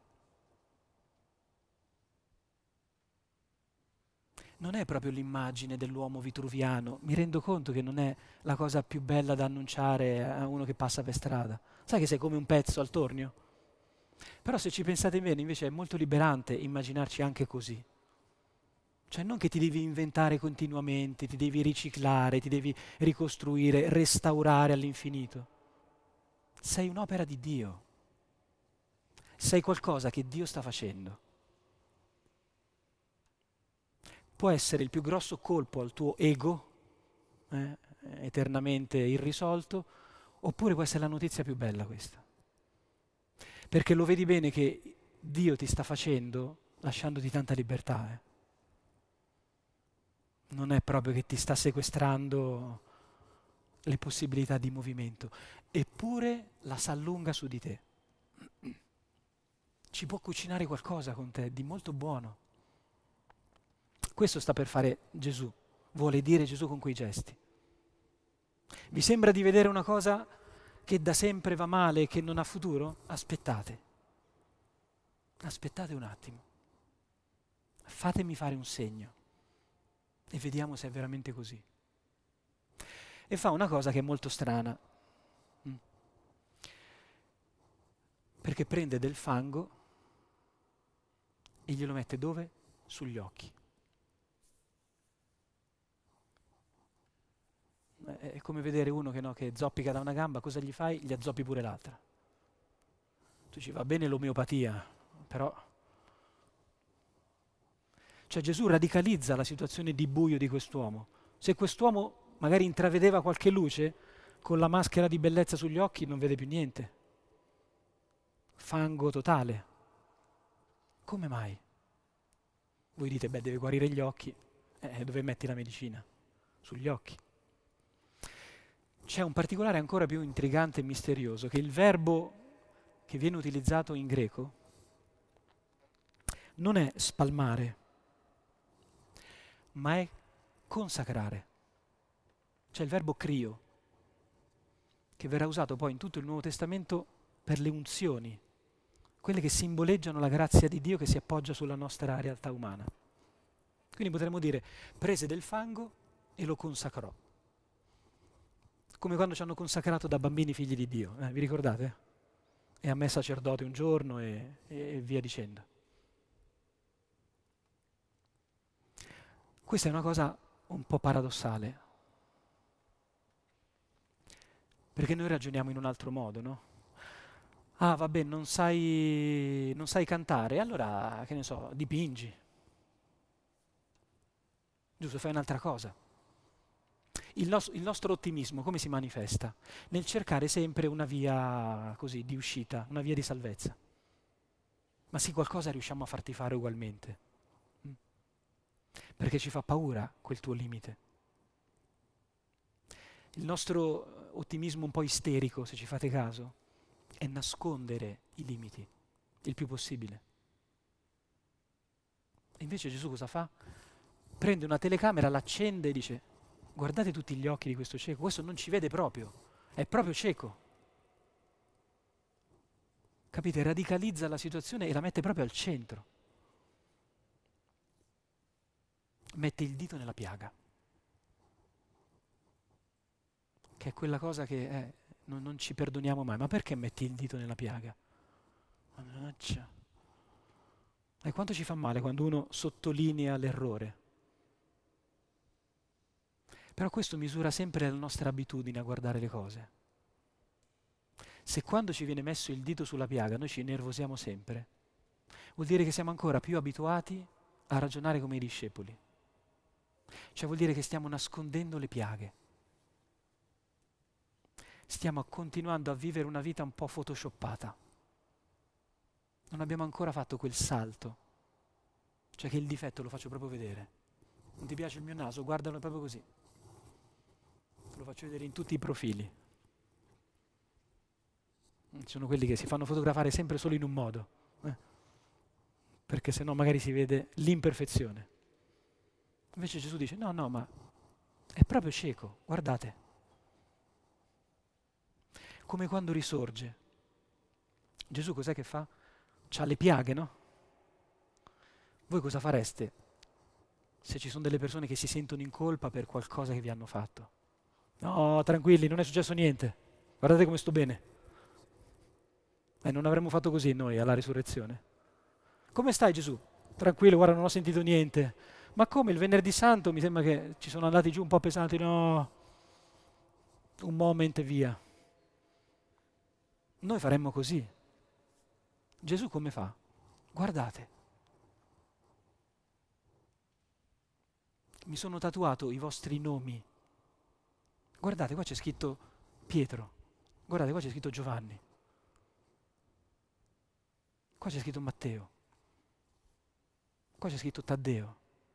Non è proprio l'immagine dell'uomo vitruviano, mi rendo conto che non è la cosa più bella da annunciare a uno che passa per strada. Sai che sei come un pezzo al tornio? Però se ci pensate bene invece è molto liberante immaginarci anche così. Cioè non che ti devi inventare continuamente, ti devi riciclare, ti devi ricostruire, restaurare all'infinito. Sei un'opera di Dio. Sei qualcosa che Dio sta facendo. Può essere il più grosso colpo al tuo ego, eternamente irrisolto, oppure può essere la notizia più bella questa. Perché lo vedi bene che Dio ti sta facendo lasciandoti tanta libertà. Non è proprio che ti sta sequestrando le possibilità di movimento, eppure la s'allunga su di te. Ci può cucinare qualcosa con te di molto buono. Questo sta per fare Gesù, vuole dire Gesù con quei gesti. Vi sembra di vedere una cosa che da sempre va male e che non ha futuro? Aspettate. Aspettate un attimo. Fatemi fare un segno e vediamo se è veramente così. E fa una cosa che è molto strana, perché prende del fango e glielo mette dove? Sugli occhi. È come vedere uno che zoppica da una gamba, cosa gli fai? Gli azzoppi pure l'altra. Tu dici, va bene l'omeopatia, però... Cioè Gesù radicalizza la situazione di buio di quest'uomo. Se quest'uomo magari intravedeva qualche luce, con la maschera di bellezza sugli occhi non vede più niente. Fango totale. Come mai? Voi dite, beh, deve guarire gli occhi. Dove metti la medicina? Sugli occhi. C'è un particolare ancora più intrigante e misterioso, che il verbo che viene utilizzato in greco non è spalmare, ma è consacrare. C'è il verbo crio, che verrà usato poi in tutto il Nuovo Testamento per le unzioni, quelle che simboleggiano la grazia di Dio che si appoggia sulla nostra realtà umana. Quindi potremmo dire, prese del fango e lo consacrò. Come quando ci hanno consacrato da bambini figli di Dio, vi ricordate? E a me sacerdote un giorno e via dicendo. Questa è una cosa un po' paradossale, perché noi ragioniamo in un altro modo, no? Ah, vabbè, non sai cantare, allora, che ne so, dipingi. Giusto, fai un'altra cosa. Il nostro ottimismo come si manifesta? Nel cercare sempre una via così di uscita, una via di salvezza. Ma sì, qualcosa riusciamo a farti fare ugualmente. Perché ci fa paura quel tuo limite. Il nostro ottimismo un po' isterico, se ci fate caso, è nascondere i limiti il più possibile. E invece Gesù cosa fa? Prende una telecamera, l'accende e dice: guardate tutti gli occhi di questo cieco, questo non ci vede proprio, è proprio cieco. Capite? Radicalizza la situazione e la mette proprio al centro. Mette il dito nella piaga, che è quella cosa che non ci perdoniamo mai. Ma perché metti il dito nella piaga? Mannaggia. E quanto ci fa male quando uno sottolinea l'errore? Però questo misura sempre la nostra abitudine a guardare le cose. Se quando ci viene messo il dito sulla piaga noi ci innervosiamo sempre, vuol dire che siamo ancora più abituati a ragionare come i discepoli. Cioè vuol dire che stiamo nascondendo le piaghe. stiamo continuando a vivere una vita un po' photoshoppata. Non abbiamo ancora fatto quel salto, cioè che il difetto lo faccio proprio vedere. Non ti piace il mio naso? Guardalo proprio così. Lo faccio vedere in tutti i profili. Ci sono quelli che si fanno fotografare sempre solo in un modo, perché sennò magari si vede l'imperfezione. Invece Gesù dice, no, no, ma è proprio cieco, guardate. Come quando risorge. Gesù cos'è che fa? C'ha le piaghe, no? Voi cosa fareste se ci sono delle persone che si sentono in colpa per qualcosa che vi hanno fatto? No, tranquilli, non è successo niente. Guardate come sto bene. Non avremmo fatto così noi alla risurrezione. Come stai Gesù? Tranquillo, guarda, non ho sentito niente. Ma come il venerdì santo mi sembra che ci sono andati giù un po' pesanti, no? Un moment e via. Noi faremmo così. Gesù come fa? Guardate. Mi sono tatuato i vostri nomi. Guardate, qua c'è scritto Pietro. Guardate, qua c'è scritto Giovanni. Qua c'è scritto Matteo. Qua c'è scritto Taddeo.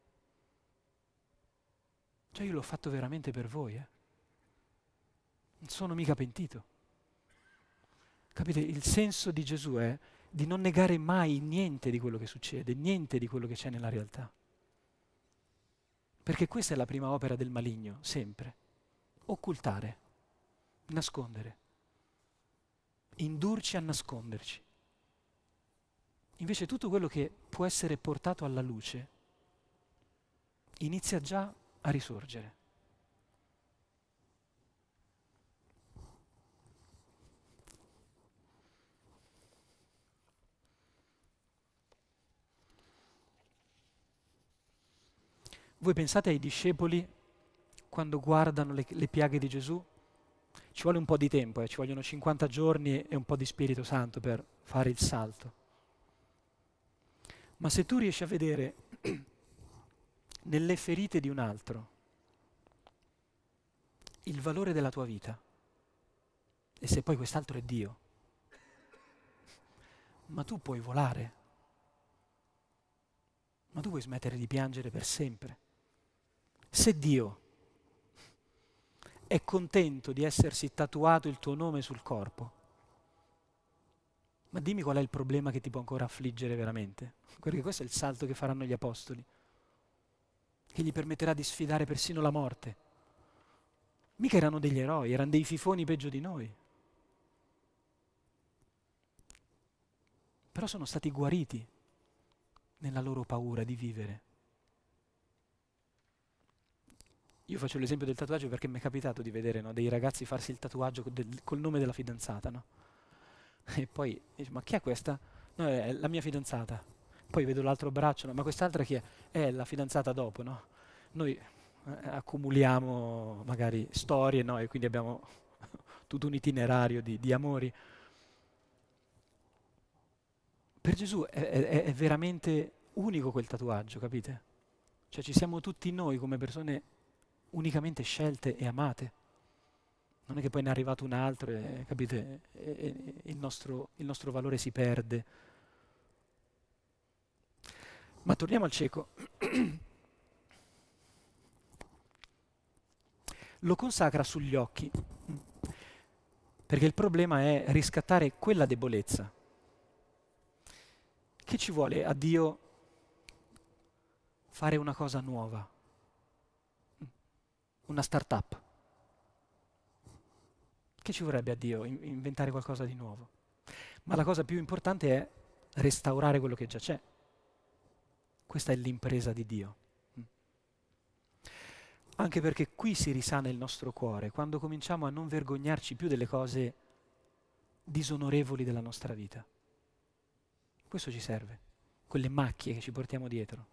Cioè io l'ho fatto veramente per voi, Non sono mica pentito. Capite? Il senso di Gesù è di non negare mai niente di quello che succede, niente di quello che c'è nella realtà. Perché questa è la prima opera del maligno, sempre. Occultare, nascondere, indurci a nasconderci. Invece tutto quello che può essere portato alla luce inizia già a risorgere. Voi pensate ai discepoli quando guardano le piaghe di Gesù? Ci vuole un po' di tempo, ci vogliono 50 giorni e un po' di Spirito Santo per fare il salto. Ma se tu riesci a vedere nelle ferite di un altro il valore della tua vita, e se poi quest'altro è Dio, ma tu puoi volare, ma tu puoi smettere di piangere per sempre. Se Dio è contento di essersi tatuato il tuo nome sul corpo, ma dimmi qual è il problema che ti può ancora affliggere veramente? Perché questo è il salto che faranno gli apostoli, che gli permetterà di sfidare persino la morte. Mica erano degli eroi, erano dei fifoni peggio di noi. Però sono stati guariti nella loro paura di vivere. Io faccio l'esempio del tatuaggio perché mi è capitato di vedere, no, dei ragazzi farsi il tatuaggio col nome della fidanzata, no? E poi dice, ma chi è questa? No, è la mia fidanzata. Poi vedo l'altro braccio, no? Ma quest'altra chi è? È la fidanzata dopo, no? Noi accumuliamo magari storie, no? E quindi abbiamo tutto un itinerario di amori. Per Gesù è veramente unico quel tatuaggio, capite? Cioè ci siamo tutti noi come persone unicamente scelte e amate. Non è che poi ne è arrivato un altro e, capite, il nostro valore si perde. Ma torniamo al cieco. Lo consacra sugli occhi, perché il problema è riscattare quella debolezza. Che ci vuole a Dio fare una cosa nuova? Una start-up. Che ci vorrebbe a Dio inventare qualcosa di nuovo? Ma la cosa più importante è restaurare quello che già c'è. Questa è l'impresa di Dio. Anche perché qui si risana il nostro cuore, quando cominciamo a non vergognarci più delle cose disonorevoli della nostra vita. Questo ci serve, quelle macchie che ci portiamo dietro.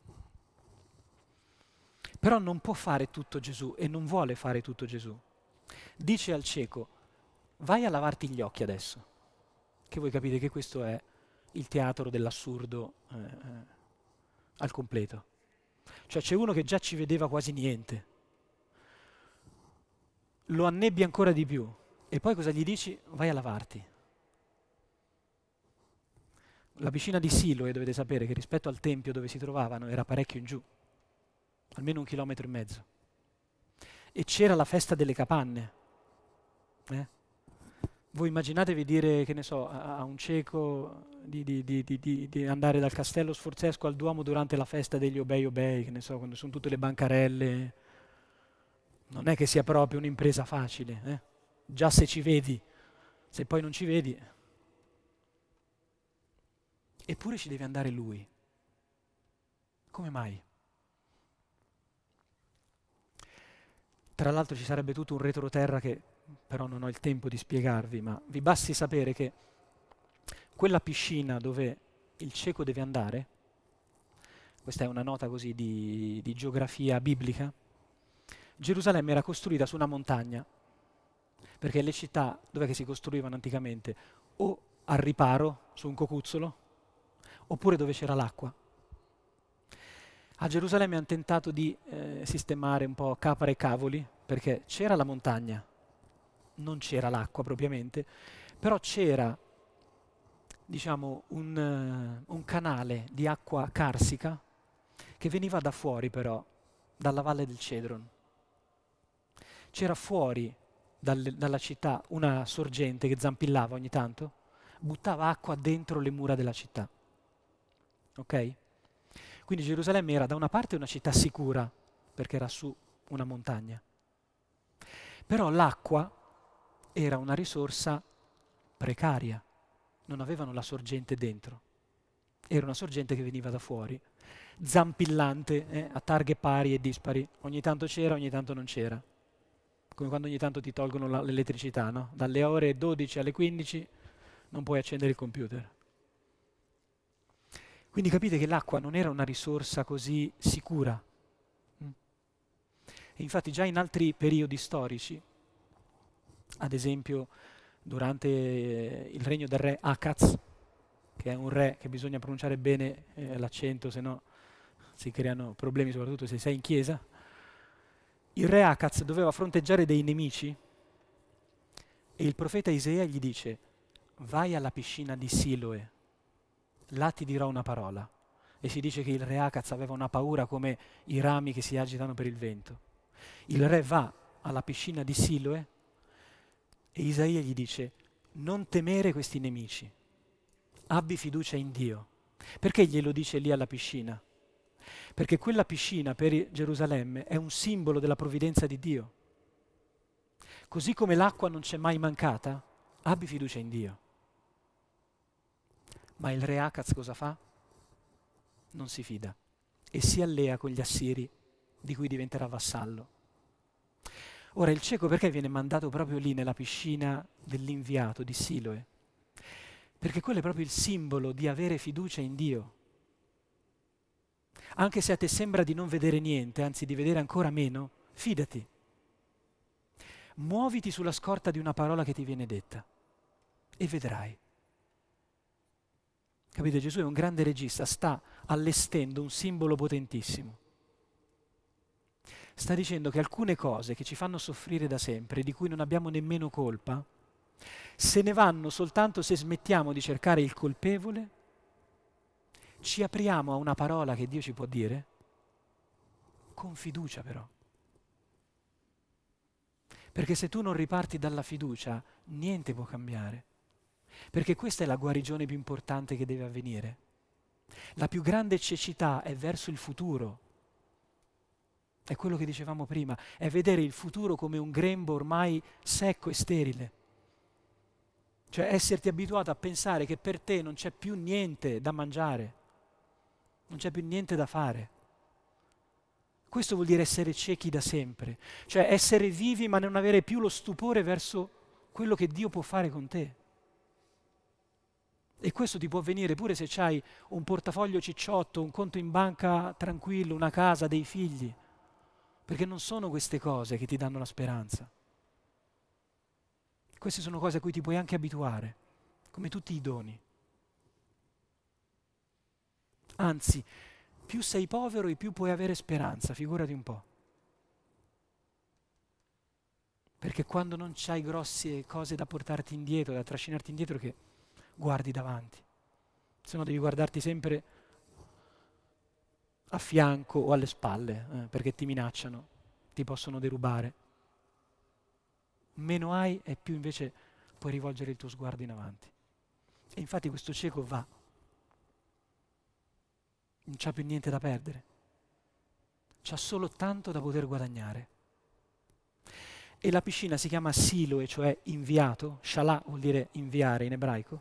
Però non può fare tutto Gesù e non vuole fare tutto Gesù. Dice al cieco, vai a lavarti gli occhi adesso, che voi capite che questo è il teatro dell'assurdo al completo. Cioè c'è uno che già ci vedeva quasi niente, lo annebbia ancora di più E poi cosa gli dici? Vai a lavarti. La piscina di Siloe, dovete sapere che rispetto al tempio dove si trovavano era parecchio in giù, almeno 1,5 chilometri. E c'era la festa delle capanne. eh. Voi immaginatevi dire, che ne so, a un cieco di andare dal castello sforzesco al Duomo durante la festa degli Obei Obei, che ne so, quando sono tutte le bancarelle. Non è che sia proprio un'impresa facile, eh? Già se ci vedi, se poi non ci vedi. Eppure ci deve andare lui. Come mai? Tra l'altro ci sarebbe tutto un retroterra che però non ho il tempo di spiegarvi, ma vi basti sapere che quella piscina dove il cieco deve andare, questa è una nota così di geografia biblica, Gerusalemme era costruita su una montagna, perché le città dove si costruivano anticamente? O al riparo, su un cocuzzolo, oppure dove c'era l'acqua. A Gerusalemme hanno tentato di sistemare un po' capra e cavoli, perché c'era la montagna, non c'era l'acqua propriamente, però c'era, diciamo, un canale di acqua carsica che veniva da fuori però, dalla valle del Cedron. C'era fuori dalla città una sorgente che zampillava ogni tanto, buttava acqua dentro le mura della città. Ok? Quindi Gerusalemme era da una parte una città sicura, perché era su una montagna, però l'acqua era una risorsa precaria, non avevano la sorgente dentro, era una sorgente che veniva da fuori, zampillante, a targhe pari e dispari, ogni tanto c'era, ogni tanto non c'era, come quando ogni tanto ti tolgono l'elettricità, no? Dalle ore 12 alle 15 non puoi accendere il computer. Quindi capite che l'acqua non era una risorsa così sicura. E infatti già in altri periodi storici, ad esempio durante il regno del re Akaz, che è un re che bisogna pronunciare bene l'accento, se no si creano problemi, soprattutto se sei in chiesa, il re Akaz doveva fronteggiare dei nemici e il profeta Isaia gli dice: vai alla piscina di Siloe, là ti dirò una parola. E si dice che il re Akaz aveva una paura come i rami che si agitano per il vento. Il re va alla piscina di Siloe e Isaia gli dice: non temere questi nemici, abbi fiducia in Dio. Perché glielo dice lì alla piscina? Perché quella piscina per Gerusalemme è un simbolo della provvidenza di Dio. Così come l'acqua non c'è mai mancata, abbi fiducia in Dio. Ma il re Akaz cosa fa? Non si fida e si allea con gli assiri di cui diventerà vassallo. Ora il cieco perché viene mandato proprio lì nella piscina dell'inviato di Siloe? Perché quello è proprio il simbolo di avere fiducia in Dio. Anche se a te sembra di non vedere niente, anzi di vedere ancora meno, fidati. Muoviti sulla scorta di una parola che ti viene detta e vedrai. Capite? Gesù è un grande regista, sta allestendo un simbolo potentissimo. Sta dicendo che alcune cose che ci fanno soffrire da sempre, di cui non abbiamo nemmeno colpa, se ne vanno soltanto se smettiamo di cercare il colpevole, ci apriamo a una parola che Dio ci può dire, con fiducia però. Perché se tu non riparti dalla fiducia, niente può cambiare. Perché questa è la guarigione più importante che deve avvenire. La più grande cecità è verso il futuro. È quello che dicevamo prima, è vedere il futuro come un grembo ormai secco e sterile. Cioè esserti abituato a pensare che per te non c'è più niente da mangiare, non c'è più niente da fare. Questo vuol dire essere ciechi da sempre, cioè essere vivi ma non avere più lo stupore verso quello che Dio può fare con te. E questo ti può avvenire pure se hai un portafoglio cicciotto, un conto in banca tranquillo, una casa, dei figli, perché non sono queste cose che ti danno la speranza. Queste sono cose a cui ti puoi anche abituare, come tutti i doni. Anzi, più sei povero e più puoi avere speranza, figurati un po'. Perché quando non c'hai grosse cose da portarti indietro, da trascinarti indietro, che guardi davanti. Se no devi guardarti sempre a fianco o alle spalle, perché ti minacciano, ti possono derubare. Meno hai e più invece puoi rivolgere il tuo sguardo in avanti. E infatti questo cieco va, non c'ha più niente da perdere, c'ha solo tanto da poter guadagnare. E la piscina si chiama Siloe, cioè inviato, Shalah vuol dire inviare in ebraico,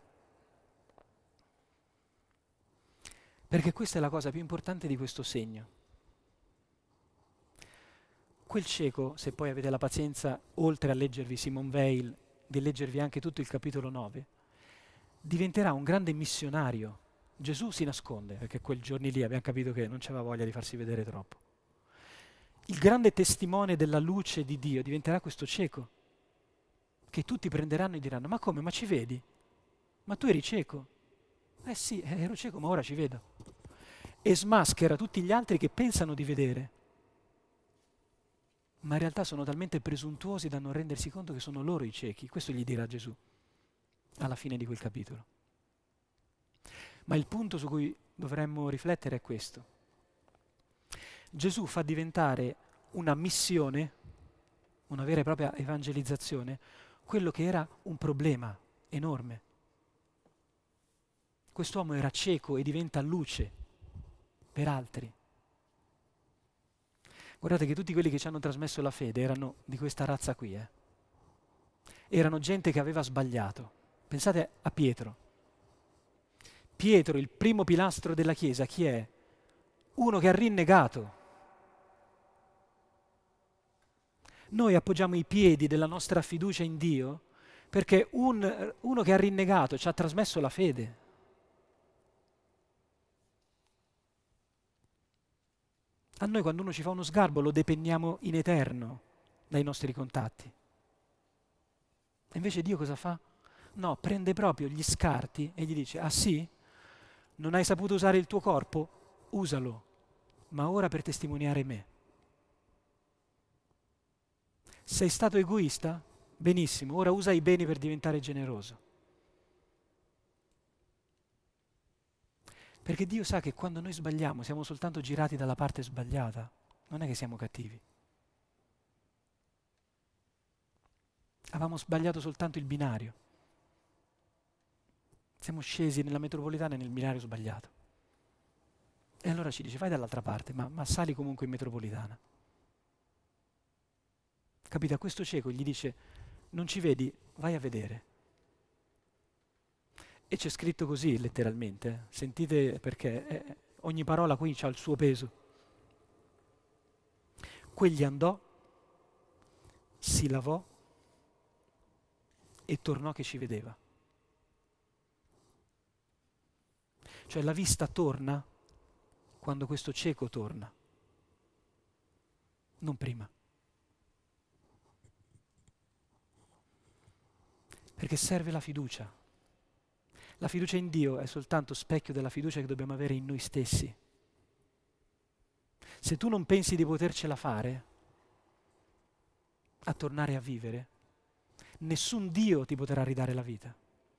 perché questa è la cosa più importante di questo segno. Quel cieco, se poi avete la pazienza, oltre a leggervi Simone Weil, di leggervi anche tutto il capitolo 9, diventerà un grande missionario. Gesù si nasconde, perché quei giorni lì abbiamo capito che non c'aveva voglia di farsi vedere troppo. Il grande testimone della luce di Dio diventerà questo cieco, che tutti prenderanno e diranno: ma come, ma ci vedi? Ma tu eri cieco? Eh sì, ero cieco, ma ora ci vedo. E smaschera tutti gli altri che pensano di vedere, ma in realtà sono talmente presuntuosi da non rendersi conto che sono loro i ciechi. Questo gli dirà Gesù alla fine di quel capitolo. Ma il punto su cui dovremmo riflettere è questo. Gesù fa diventare una missione, una vera e propria evangelizzazione, quello che era un problema enorme. Quest'uomo era cieco e diventa luce per altri. Guardate che tutti quelli che ci hanno trasmesso la fede erano di questa razza qui. Erano gente che aveva sbagliato. Pensate a Pietro. Pietro, il primo pilastro della Chiesa, chi è? Uno che ha rinnegato. Noi appoggiamo i piedi della nostra fiducia in Dio perché uno che ha rinnegato ci ha trasmesso la fede. A noi quando uno ci fa uno sgarbo lo depenniamo in eterno dai nostri contatti. E invece Dio cosa fa? No, prende proprio gli scarti e gli dice: ah sì? Non hai saputo usare il tuo corpo? Usalo, ma ora per testimoniare me. Sei stato egoista? Benissimo, ora usa i beni per diventare generoso. Perché Dio sa che quando noi sbagliamo siamo soltanto girati dalla parte sbagliata, non è che siamo cattivi. Avevamo sbagliato soltanto il binario. Siamo scesi nella metropolitana e nel binario sbagliato. E allora ci dice: vai dall'altra parte, ma sali comunque in metropolitana. Capite? A questo cieco gli dice: non ci vedi? Vai a vedere. E c'è scritto così letteralmente, sentite perché ogni parola qui ha il suo peso. Quegli andò, si lavò e tornò che ci vedeva. Cioè la vista torna quando questo cieco torna, non prima. Perché serve la fiducia. La fiducia in Dio è soltanto specchio della fiducia che dobbiamo avere in noi stessi. Se tu non pensi di potercela fare a tornare a vivere, nessun Dio ti potrà ridare la vita.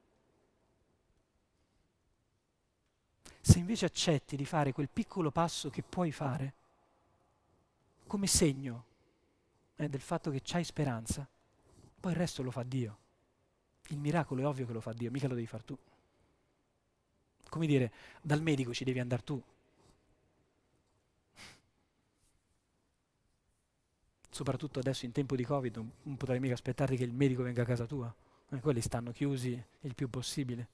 Se invece accetti di fare quel piccolo passo che puoi fare, come segno del fatto che c'hai speranza, poi il resto lo fa Dio. Il miracolo è ovvio che lo fa Dio, mica lo devi far tu. Come dire, dal medico ci devi andare tu. Soprattutto adesso in tempo di Covid non potrai mica aspettarti che il medico venga a casa tua. Quelli stanno chiusi il più possibile.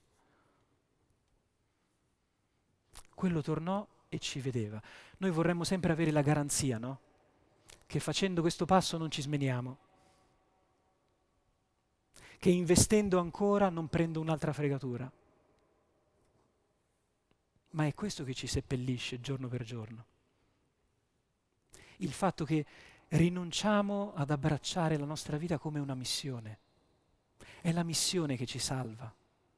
Quello tornò e ci vedeva. Noi vorremmo sempre avere la garanzia, no? Che facendo questo passo non ci smeniamo. Che investendo ancora non prendo un'altra fregatura. Ma è questo che ci seppellisce giorno per giorno. Il fatto che rinunciamo ad abbracciare la nostra vita come una missione. È la missione che ci salva.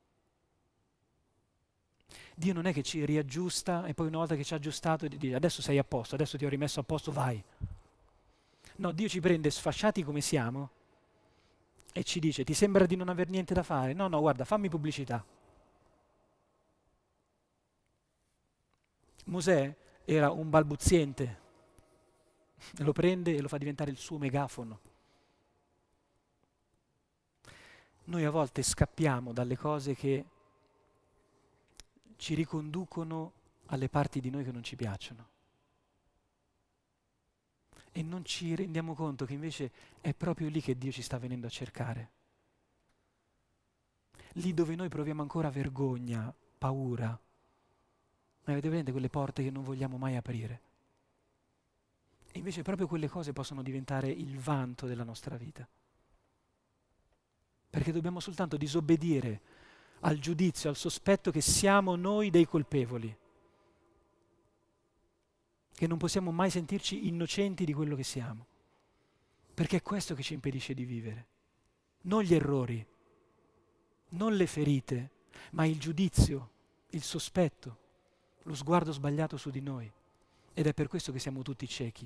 Dio non è che ci riaggiusta e poi una volta che ci ha aggiustato dice: adesso sei a posto, adesso ti ho rimesso a posto, vai. No, Dio ci prende sfasciati come siamo e ci dice: ti sembra di non aver niente da fare? No, no, guarda, fammi pubblicità. Mosè era un balbuziente, lo prende e lo fa diventare il suo megafono. Noi a volte scappiamo dalle cose che ci riconducono alle parti di noi che non ci piacciono e non ci rendiamo conto che invece è proprio lì che Dio ci sta venendo a cercare. Lì dove noi proviamo ancora vergogna, paura. Ma avete presente quelle porte che non vogliamo mai aprire? E invece proprio quelle cose possono diventare il vanto della nostra vita. Perché dobbiamo soltanto disobbedire al giudizio, al sospetto che siamo noi dei colpevoli, che non possiamo mai sentirci innocenti di quello che siamo, perché è questo che ci impedisce di vivere. Non gli errori, non le ferite, ma il giudizio, il sospetto, lo sguardo sbagliato su di noi. Ed è per questo che siamo tutti ciechi.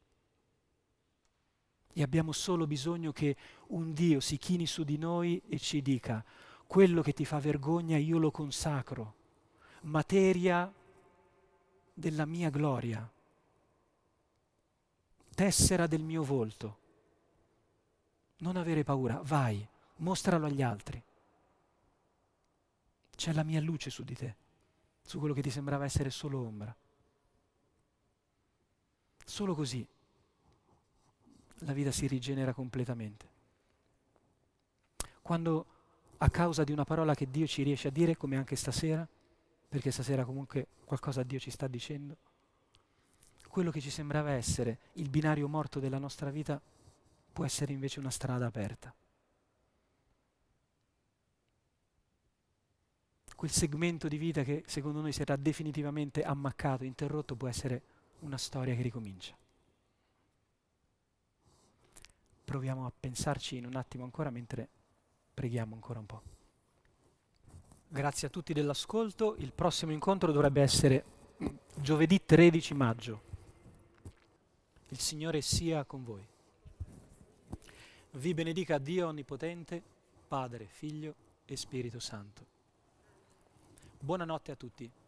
E abbiamo solo bisogno che un Dio si chini su di noi e ci dica: quello che ti fa vergogna io lo consacro, materia della mia gloria, tessera del mio volto. Non avere paura, vai, mostralo agli altri. C'è la mia luce su di te, su quello che ti sembrava essere solo ombra. Solo così la vita si rigenera completamente. Quando a causa di una parola che Dio ci riesce a dire, come anche stasera, perché stasera comunque qualcosa Dio ci sta dicendo, quello che ci sembrava essere il binario morto della nostra vita può essere invece una strada aperta. Quel segmento di vita che secondo noi si era definitivamente ammaccato, interrotto, può essere una storia che ricomincia. Proviamo a pensarci in un attimo ancora mentre preghiamo ancora un po'. Grazie a tutti dell'ascolto. Il prossimo incontro dovrebbe essere giovedì 13 maggio. Il Signore sia con voi. Vi benedica Dio Onnipotente, Padre, Figlio e Spirito Santo. Buonanotte a tutti.